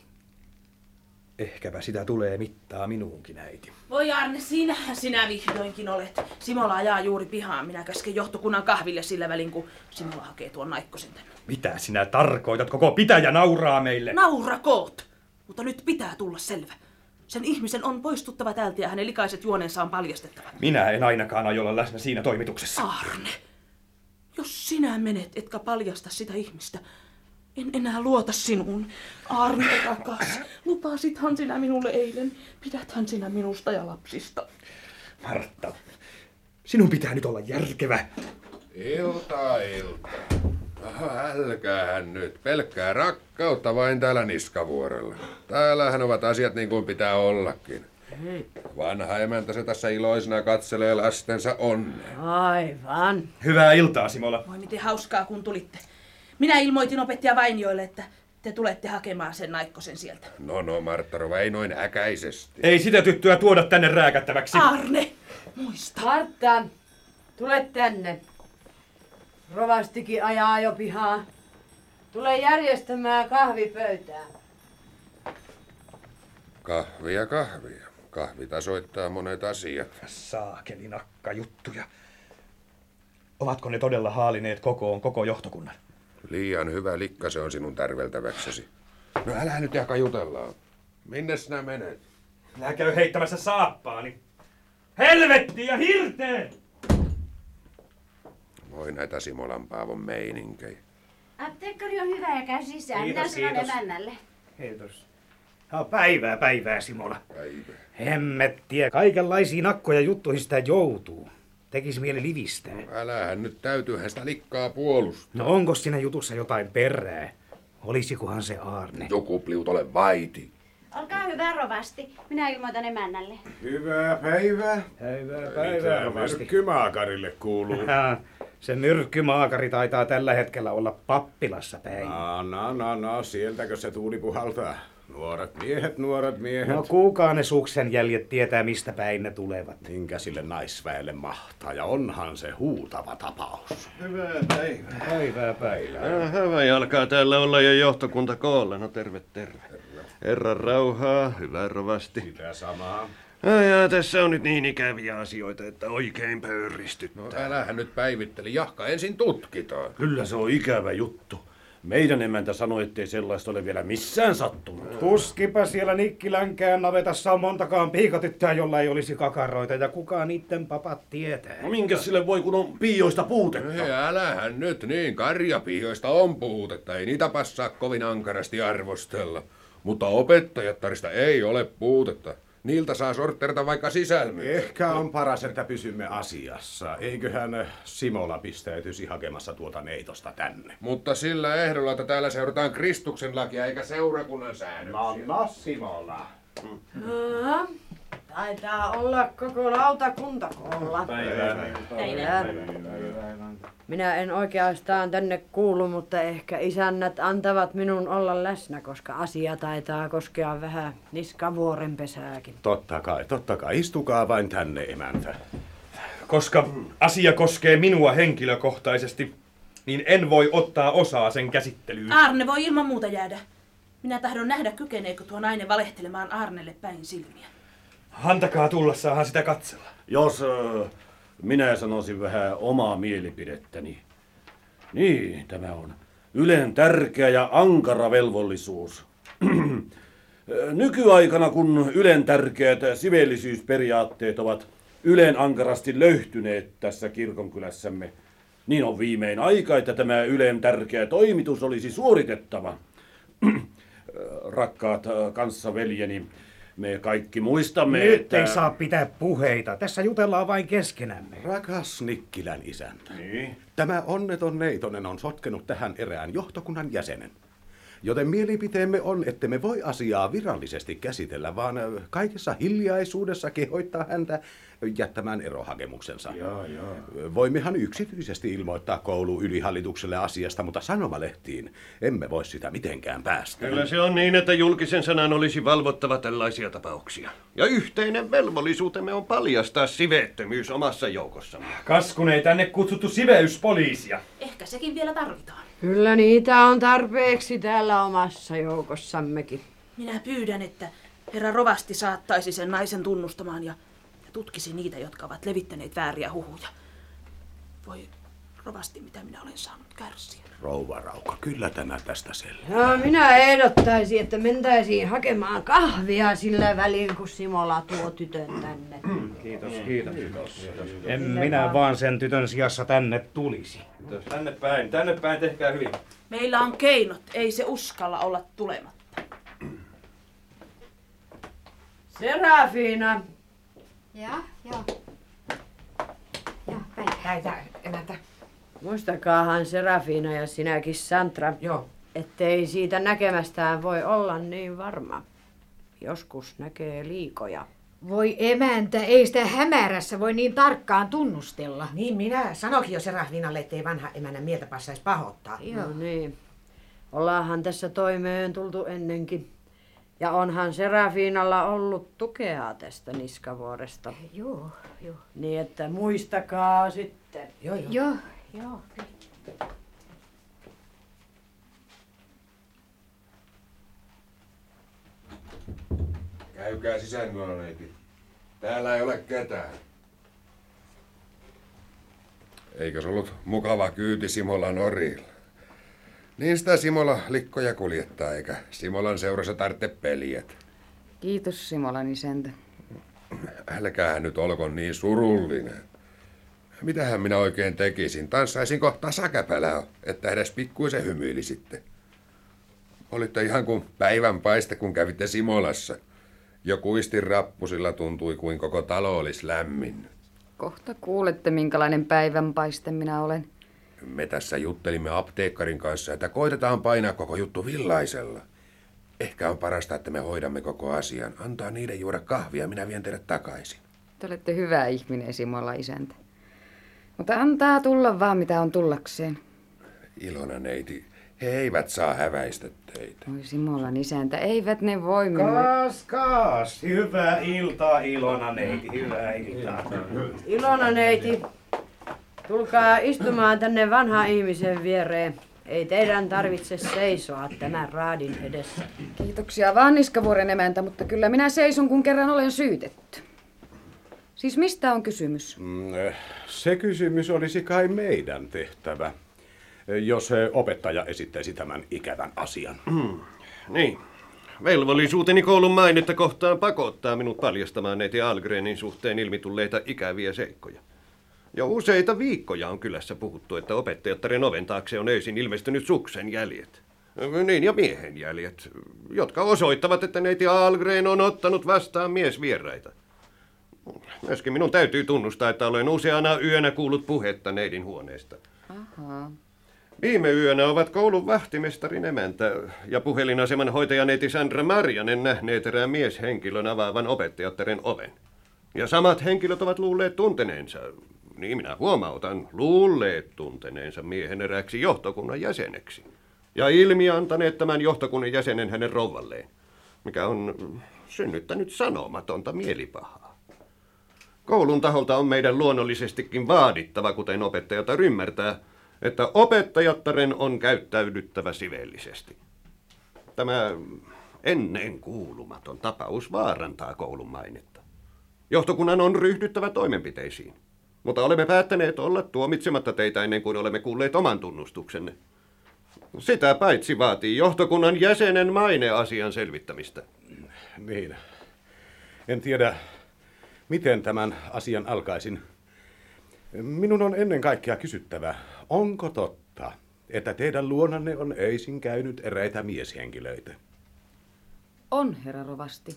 Ehkäpä sitä tulee mittaa minuunkin, äiti. Voi Arne, sinähän sinä vihdoinkin olet. Simola ajaa juuri pihaan. Minä käsken johtokunnan kahville sillä välin, kun Simola hakee tuon naikkosen tänne. Mitä sinä tarkoitat? Koko pitäjä nauraa meille. Naurakoot! Mutta nyt pitää tulla selvä. Sen ihmisen on poistuttava täältä ja hänen likaiset juonensa on paljastettava. Minä en ainakaan aio olla läsnä siinä toimituksessa. Arne, jos sinä menet etkä paljasta sitä ihmistä, en enää luota sinuun. Arne, rakas, lupasithan sinä minulle eilen. Pidäthän sinä minusta ja lapsista. Martta, sinun pitää nyt olla järkevä. Ilta, ilta. Aha, älkäähän nyt. Pelkkää rakkautta vain täällä Niskavuorella. Täällähän ovat asiat niin kuin pitää ollakin. Vanha emäntä se tässä iloisena katselee lastensa onnea. Aivan. Hyvää iltaa, Simola. Voi miten hauskaa kun tulitte. Minä ilmoitin opettaja Vainioille, että te tulette hakemaan sen naikkosen sieltä. No no, Marttarova, ei noin äkäisesti. Ei sitä tyttöä tuoda tänne rääkättäväksi. Arne, muista. Martta, tule tänne. Rovastikin ajaa jo pihaa. Tule järjestämään kahvipöytään. Kahvia, kahvia. Kahvi tasoittaa monet asiat. Saakeli nakkajuttuja. Ovatko ne todella haalineet kokoon koko johtokunnan? Liian hyvä likka se on sinun tärveltäväksesi. No älä nyt jaka jutellaan. Minne sinä menet? Älä käy heittämässä saappaani. Helvetti ja hirteen! Voi näitä Simolan Paavon meininkejä. Apteekkari on hyvä ja käy sisään. Minä Kiitos, sanon kiitos. emännälle. Kiitos. No, päivää, päivää, Simola. Päivää. Hemmettiä, kaikenlaisiin nakkoja juttuihin sitä joutuu. Tekisi mieli livistää. No, älähän nyt, täytyyhän sitä likkaa puolustaa. No onko siinä jutussa jotain perää? Olisikohan se Aarne? Joku pliut ole vaiti. Olkaa hyvä, rovasti. Minä ilmoitan emännälle. Hyvää päivää. Päivää, päivää, rovasti. Myrkkymaakarille kuuluu? Se myrkkymaakari taitaa tällä hetkellä olla pappilassa päin. No, no, no, no, sieltäkö se tuuli puhaltaa? Nuoret miehet, nuoret miehet. No kuukaan ne suksen jäljet tietää, mistä päin ne tulevat. Minkä sille naisväelle mahtaa, ja onhan se huutava tapaus. Hyvää päivää. Päivää, päivää. Hyvä, alkaa täällä olla jo johtokunta koolla. No terve, terve. Herran rauhaa, hyvä rovasti. Sitä samaa. No ja tässä on nyt niin ikäviä asioita, että oikein pöyristyttää. No älähän nyt päivitteli. Jahka ensin tutkitaan. Kyllä se on ikävä juttu. Meidän emäntä sanoi, ettei sellaista ole vielä missään sattunut. Tuskipa siellä Nikkilänkään navetassa on montakaan piikatyttöä, jolla ei olisi kakaroita, ja kuka niitten papat tietää. No minkä sille voi, kun on piioista puutetta? Ei, älähän nyt niin, karjapihoista on puutetta. Ei niitä passaa kovin ankarasti arvostella. Mutta opettajattarista ei ole puutetta. Niiltä saa sortterata vaikka sisälmyä. Ehkä on paras, että pysymme asiassa. Eiköhän Simola pistäytyisi hakemassa tuota neitosta tänne. Mutta sillä ehdolla, että täällä seurataan Kristuksen lakia eikä seurakunnan säännöksiä. No, no Simola. Aha. Taitaa olla koko lautakunta koolla. Päivää. Päivää. Minä en oikeastaan tänne kuulu, mutta ehkä isännät antavat minun olla läsnä, koska asia taitaa koskea vähän Niskavuoren pesääkin. Totta kai, totta kai. Istukaa vain tänne, emäntä. Koska asia koskee minua henkilökohtaisesti, niin en voi ottaa osaa sen käsittelyyn. Aarne voi ilman muuta jäädä. Minä tahdon nähdä, kykeneekö tuo nainen valehtelemaan Aarnelle päin silmiä. Antakaa tulla, saahan sitä katsella. Jos äh, minä sanoisin vähän omaa mielipidettäni. Niin, tämä on Ylen tärkeä ja ankara velvollisuus. Nykyaikana, kun Ylen tärkeät siveellisyysperiaatteet ovat Ylen ankarasti löyhtyneet tässä kirkonkylässämme, niin on viimein aika, että tämä Ylen tärkeä toimitus olisi suoritettava. Rakkaat kanssaveljeni, me kaikki muistamme, Nyt että... ei saa pitää puheita. Tässä jutellaan vain keskenämme. Rakas Nikkilän isäntä. Niin? Tämä onneton neitonen on sotkenut tähän erään johtokunnan jäsenen. Joten mielipiteemme on, että me voi asiaa virallisesti käsitellä, vaan kaikessa hiljaisuudessa kehoittaa häntä jättämään erohakemuksensa. Jaa, jaa. Voimmehan yksityisesti ilmoittaa koulu ylihallitukselle asiasta, mutta sanomalehtiin emme voi sitä mitenkään päästä. Kyllä se on niin, että julkisen sanan olisi valvottava tällaisia tapauksia. Ja yhteinen velvollisuutemme on paljastaa siveettömyys omassa joukossamme. Kas kun ei tänne kutsuttu siveyspoliisia. Ehkä sekin vielä tarvitaan. Kyllä niitä on tarpeeksi täällä omassa joukossammekin. Minä pyydän, että herra rovasti saattaisi sen naisen tunnustamaan ja, ja tutkisi niitä, jotka ovat levittäneet vääriä huhuja. Voi rovasti, mitä minä olen saanut kärsiä. Rouva Rauka, kyllä tämä tästä selvä. No, minä ehdottaisin, että mentäisiin hakemaan kahvia sillä välin, kun Simola tuo tytön tänne. Kiitos, kiitos. kiitos. En minä vaan sen tytön sijassa tänne tulisi. Tänne päin, tänne päin, tehkää hyvin. Meillä on keinot, ei se uskalla olla tulematta. Serafina. Ja, joo. Ja, Päivä, emäntä. Muistakaahan Serafina ja sinäkin Santra, Joo. ettei siitä näkemästään voi olla niin varma. Joskus näkee liikoja. Voi emäntä, ei sitä hämärässä voi niin tarkkaan tunnustella. Niin minä sanokin jo Serafinalle, ettei vanha emännän mieltä passaisi pahoittaa. Joo. No niin. Ollaanhan tässä toimeen tultu ennenkin. Ja onhan Serafinalla ollut tukea tästä Niskavuoresta. Joo, joo. Niin että muistakaa sitten. Joo, joo. Joo, joo. Käykää sisään, nuoleneiti. Täällä ei ole ketään. Eikös ollut mukava kyyti Simolan orilla? Niin sitä Simola likkoja kuljettaa, eikä Simolan seurassa tarvitse peliät. Kiitos Simolan isäntä. Älkäähän nyt olko niin surullinen. Mitähän minä oikein tekisin? Tanssaisinko tasakäpälää, että edes pikkuisen hymyilisitte? Olitte ihan kuin päivänpaiste, kun kävitte Simolassa. Jo kuistin rappusilla tuntui, kuin koko talo olisi lämmin. Kohta kuulette, minkälainen päivänpaiste minä olen. Me tässä juttelimme apteekkarin kanssa, että koitetaan painaa koko juttu villaisella. Ehkä on parasta, että me hoidamme koko asian. Antaa niiden juoda kahvia, minä vien teidät takaisin. Te olette hyvä ihminen, Simola isäntä. Mutta antaa tulla vaan, mitä on tullakseen. Ilona neiti, he eivät saa häväistä teitä. Oi Simolan isäntä, eivät ne voi minua. Kaas, kaas. Hyvää iltaa, Ilona neiti. Hyvää iltaa. Ilona neiti, tulkaa istumaan tänne vanhan ihmisen viereen. Ei teidän tarvitse seisoa tämän raadin edessä. Kiitoksia vaan Niskavuoren emäntä, mutta kyllä minä seison, kun kerran olen syytetty. Siis mistä on kysymys? Se kysymys olisi kai meidän tehtävä, jos opettaja esittäisi tämän ikävän asian. Mm, niin. Velvollisuuteni koulun mainetta kohtaan pakottaa minut paljastamaan neiti Algrenin suhteen ilmitulleita ikäviä seikkoja. Jo useita viikkoja on kylässä puhuttu, että opettajattaren oven taakse on öisin ilmestynyt suksen jäljet. Niin ja miehen jäljet, jotka osoittavat, että neiti Algren on ottanut vastaan miesvieraita. Myöskin minun täytyy tunnustaa, että olen useana yönä kuullut puhetta neidin huoneesta. Ahaa. Viime yönä ovat koulun vahtimestarin emäntä ja puhelinaseman hoitaja neiti Sandra Marjanen nähneet erään mieshenkilön avaavan opettajattaren oven. Ja samat henkilöt ovat luulleet tunteneensa, niin minä huomautan, luulleet tunteneensa miehen eräksi johtokunnan jäseneksi. Ja ilmiantaneet tämän johtokunnan jäsenen hänen rouvalleen, mikä on synnyttänyt sanomatonta mielipahaa. Koulun taholta on meidän luonnollisestikin vaadittava, kuten opettajatar ymmärtää, että opettajattaren on käyttäydyttävä siveellisesti. Tämä ennenkuulumaton tapaus vaarantaa koulun mainetta. Johtokunnan on ryhdyttävä toimenpiteisiin, mutta olemme päättäneet olla tuomitsematta teitä ennen kuin olemme kuulleet oman tunnustuksenne. Sitä paitsi vaatii johtokunnan jäsenen maine asian selvittämistä. Niin. En tiedä, miten tämän asian alkaisin. Minun on ennen kaikkea kysyttävä, onko totta, että teidän luonanne on öisin käynyt eräitä mieshenkilöitä? On, herra rovasti.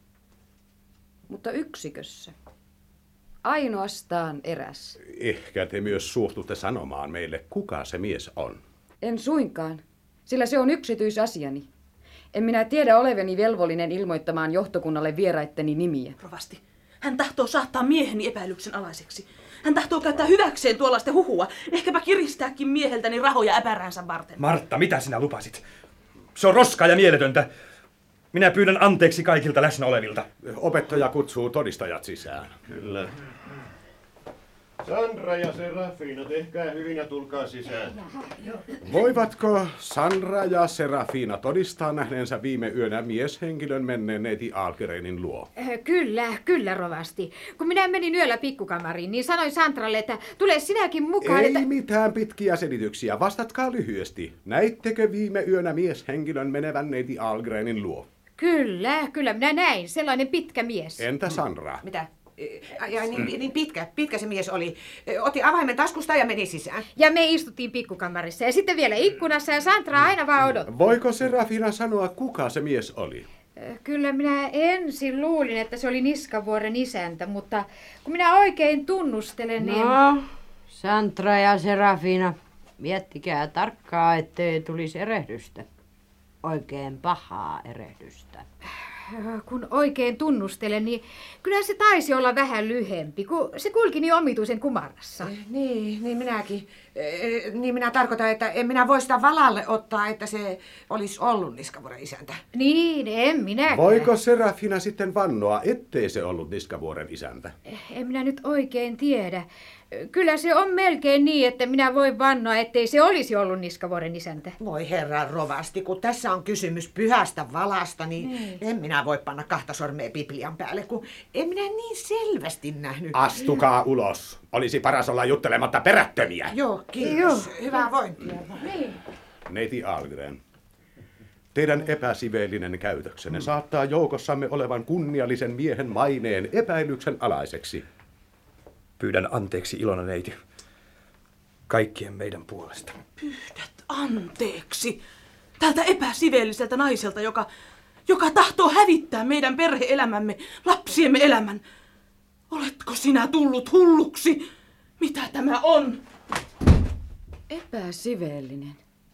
Mutta yksikössä. Ainoastaan eräs. Ehkä te myös suostutte sanomaan meille, kuka se mies on. En suinkaan, sillä se on yksityisasiani. En minä tiedä oleveni velvollinen ilmoittamaan johtokunnalle vieraitteni nimiä. Rovasti, hän tahtoo saattaa mieheni epäilyksen alaiseksi. Hän tahtoo käyttää hyväkseen tuollaista huhua. Ehkäpä kiristääkin mieheltäni rahoja äpäräänsä varten. Martta, mitä sinä lupasit? Se on roskaa ja mieletöntä. Minä pyydän anteeksi kaikilta läsnä olevilta. Opettaja kutsuu todistajat sisään. Kyllä. Sandra ja Serafina, tehkää hyvin ja tulkaa sisään. Voivatko Sandra ja Serafina todistaa nähneensä viime yönä mieshenkilön menneen neiti Algrenin luo? Kyllä, kyllä rovasti. Kun minä menin yöllä pikkukamariin, niin sanoin Sandralle, että tule sinäkin mukaan. Ei että... mitään pitkiä selityksiä, vastatkaa lyhyesti. Näittekö viime yönä mieshenkilön menevän neiti Algrenin luo? Kyllä, kyllä minä näin. Sellainen pitkä mies. Entä Sandra? Mitä? Ja niin, niin pitkä, pitkä se mies oli. Otti avaimen taskusta ja meni sisään. Ja me istuttiin pikkukammarissa ja sitten vielä ikkunassa ja Sandra aina vaan odotti. Voiko Serafina sanoa, kuka se mies oli? Kyllä minä ensin luulin, että se oli Niskavuoren isäntä, mutta kun minä oikein tunnustelen, niin... No, Sandra ja Serafina, miettikää tarkkaa, ettei tulisi erehdystä. Oikein pahaa erehdystä. kun oikein tunnustelen, niin kyllä se taisi olla vähän lyhempi, kun se kulki niin omituisen kumarassa. Niin, niin minäkin. Eh, Niin minä tarkoitan, että en minä voi sitä valalle ottaa, että se olisi ollut Niskavuoren isäntä. Niin, en minäkään. Voiko Serafina sitten vannoa, ettei se ollut Niskavuoren isäntä? En minä nyt oikein tiedä. Kyllä se on melkein niin, että minä voin vannoa, ettei se olisi ollut Niskavuoren isäntä. Voi herran rovasti, kun tässä on kysymys pyhästä valasta, niin Niin. en minä voi panna kahta sormea Biblian päälle, kun en minä niin selvästi nähnyt. Astukaa ulos. Olisi paras olla juttelematta perättömiä. Joo, kiitos. Hyvää vointia. Niin. Neiti Algren, teidän epäsiveellinen käytöksenne saattaa joukossamme olevan kunniallisen miehen maineen epäilyksen alaiseksi. Pyydän anteeksi, Ilona neiti. Kaikkien meidän puolesta. Pyydät anteeksi tältä epäsiveelliseltä naiselta, joka, joka tahtoo hävittää meidän perhe-elämämme, lapsiemme elämän. Oletko sinä tullut hulluksi? Mitä tämä on? Epäsiveellinen.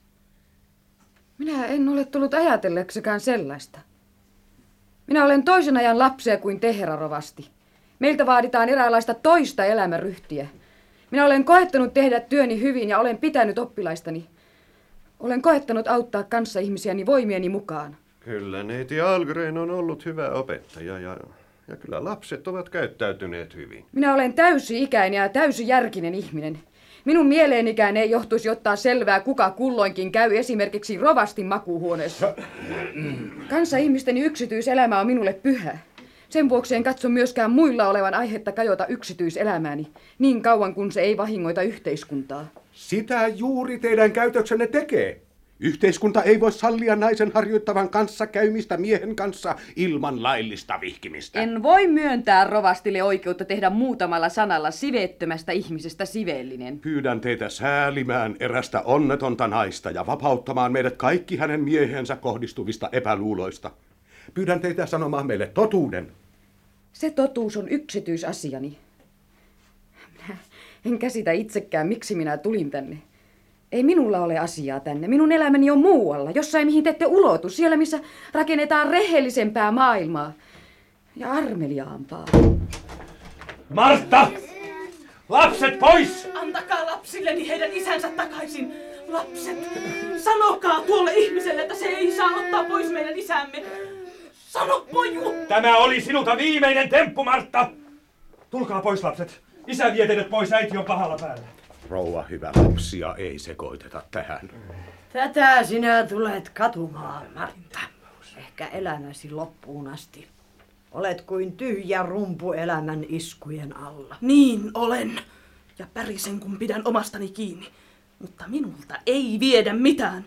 Minä en ole tullut ajatelleksikään sellaista. Minä olen toisen ajan lapsia kuin te, herra rovasti. Meiltä vaaditaan eräänlaista toista elämänryhtiä. Minä olen koettanut tehdä työni hyvin ja olen pitänyt oppilaistani. Olen koettanut auttaa kanssaihmisiäni voimieni mukaan. Kyllä neiti Algren on ollut hyvä opettaja ja, ja kyllä lapset ovat käyttäytyneet hyvin. Minä olen täysi-ikäinen ja täysi-järkinen ihminen. Minun mieleenikään ei johtuisi ottaa selvää, kuka kulloinkin käy esimerkiksi rovastin makuuhuoneessa. Kanssaihmisteni yksityiselämä on minulle pyhä. Sen vuoksi en katso myöskään muilla olevan aihetta kajota yksityiselämääni, niin kauan kun se ei vahingoita yhteiskuntaa. Sitä juuri teidän käytöksenne tekee. Yhteiskunta ei voi sallia naisen harjoittavan kanssakäymistä miehen kanssa ilman laillista vihkimistä. En voi myöntää rovastille oikeutta tehdä muutamalla sanalla siveettömästä ihmisestä siveellinen. Pyydän teitä säälimään erästä onnetonta naista ja vapauttamaan meidät kaikki hänen miehensä kohdistuvista epäluuloista. Pyydän teitä sanomaan meille totuuden. Se totuus on yksityisasiani. Minä en käsitä itsekään, miksi minä tulin tänne. Ei minulla ole asiaa tänne. Minun elämäni on muualla, jossain mihin te ette ulotu. Siellä, missä rakennetaan rehellisempää maailmaa ja armeliaampaa. Martta! Lapset pois! Antakaa lapsilleni heidän isänsä takaisin. Lapset, sanokaa tuolle ihmiselle, että se ei saa ottaa pois meidän isämme. Sano, poju! Tämä oli sinulta viimeinen temppu, Martta! Tulkaa pois, lapset. Isä vie teidät pois, äiti on pahalla päällä. Rouva hyvä, lapsia ei sekoiteta tähän. Tätä sinä tulet katumaan, Martta. Ehkä elämäsi loppuun asti. Olet kuin tyhjä rumpu elämän iskujen alla. Niin olen. Ja pärisen, kun pidän omastani kiinni. Mutta minulta ei viedä mitään.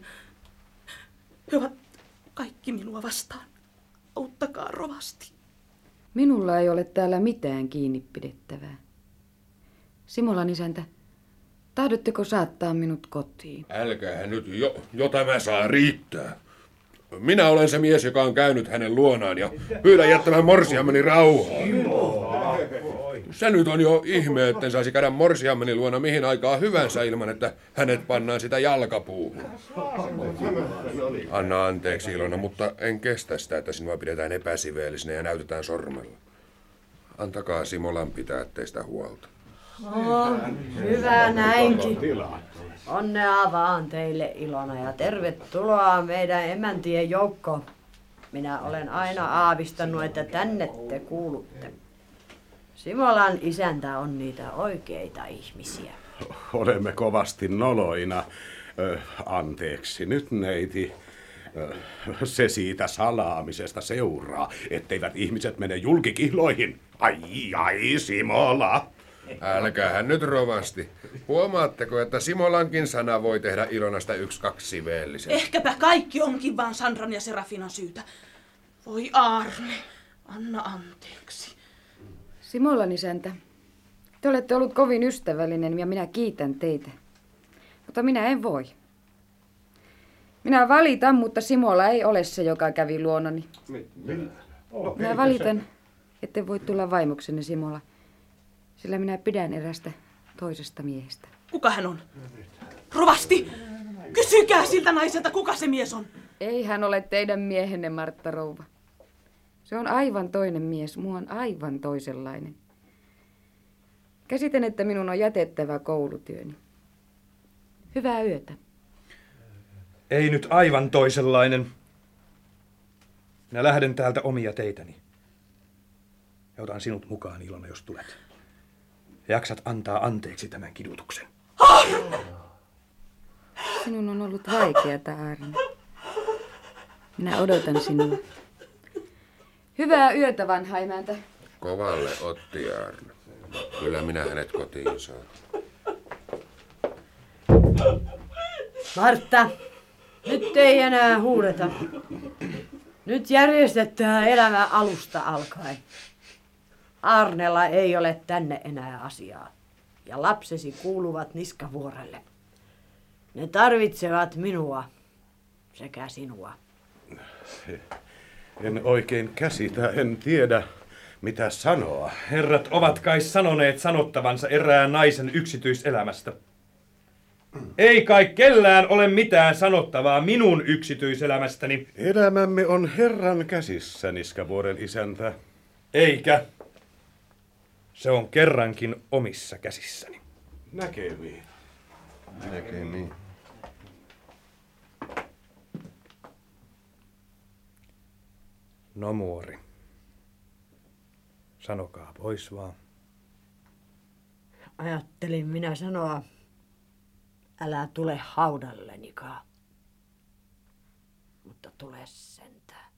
He ovat kaikki minua vastaan. Auttakaa rovasti. Minulla ei ole täällä mitään kiinni pidettävää. Simolan isäntä, tahdotteko saattaa minut kotiin? Älkää nyt, jo, jo tämä saa riittää. Minä olen se mies, joka on käynyt hänen luonaan ja pyydän jättämään morsiammeni rauhaan. Se nyt on jo ihme, etten saisi käydä morsiammeni luona mihin aikaa hyvänsä ilman, että hänet pannaan sitä jalkapuuhun. Anna anteeksi, Ilona, mutta en kestä sitä, että sinua pidetään epäsiveellisenä ja näytetään sormella. Antakaa Simolan pitää teistä huolta. Oh, hyvä näinkin. Onnea vaan teille, Ilona, ja tervetuloa meidän emäntien joukkoon. Minä olen aina aavistanut, että tänne te kuulutte. Simolan isäntä on niitä oikeita ihmisiä. Olemme kovasti noloina. Ö, anteeksi nyt, neiti. Ö, se siitä salaamisesta seuraa, etteivät ihmiset mene julkikihloihin. Ai, ai, Simola! Älkäähän nyt rovasti. Huomaatteko, että Simolankin sana voi tehdä Ilonasta yksi kaksi siveellisen? Ehkäpä kaikki onkin vaan Sandran ja Serafinan syytä. Voi Arne, anna anteeksi. Simolan isäntä, te olette ollut kovin ystävällinen ja minä kiitän teitä. Mutta minä en voi. Minä valitan, mutta Simola ei ole se, joka kävi luonani. Minä valitan, ette voi tulla vaimoksenne, Simola. Sillä minä pidän erästä toisesta miehestä. Kuka hän on? Rovasti! Kysykää siltä naiselta, kuka se mies on. Ei hän ole teidän miehenne, Martta rouva. Se on aivan toinen mies, muu on aivan toisenlainen. Käsitän, että minun on jätettävä koulutyöni. Hyvää yötä. Ei nyt aivan toisenlainen. Minä lähden täältä omia teitäni. Ja otan sinut mukaan, Ilona, jos tulet. Jaksat antaa anteeksi tämän kidutuksen. Sinun on ollut vaikeata, Arne. Minä odotan sinua. Hyvää yötä, vanha emäntä. Kovalle otti, Arne. Kyllä minä hänet kotiin saan. Martta, nyt ei enää huudeta. Nyt järjestetään elämä alusta alkaen. Arnella ei ole tänne enää asiaa. Ja lapsesi kuuluvat Niskavuorelle. Ne tarvitsevat minua sekä sinua. En oikein käsitä, en tiedä mitä sanoa. Herrat ovat kai sanoneet sanottavansa erään naisen yksityiselämästä. Ei kai kellään ole mitään sanottavaa minun yksityiselämästäni. Elämämme on Herran käsissä, Niskavuoren isäntä. Eikä. Se on kerrankin omissa käsissäni. Näkemiin. Näkemiin. No muori. Sanokaa pois vaan. Ajattelin minä sanoa, älä tule haudallenikaan. Mutta tule sentään.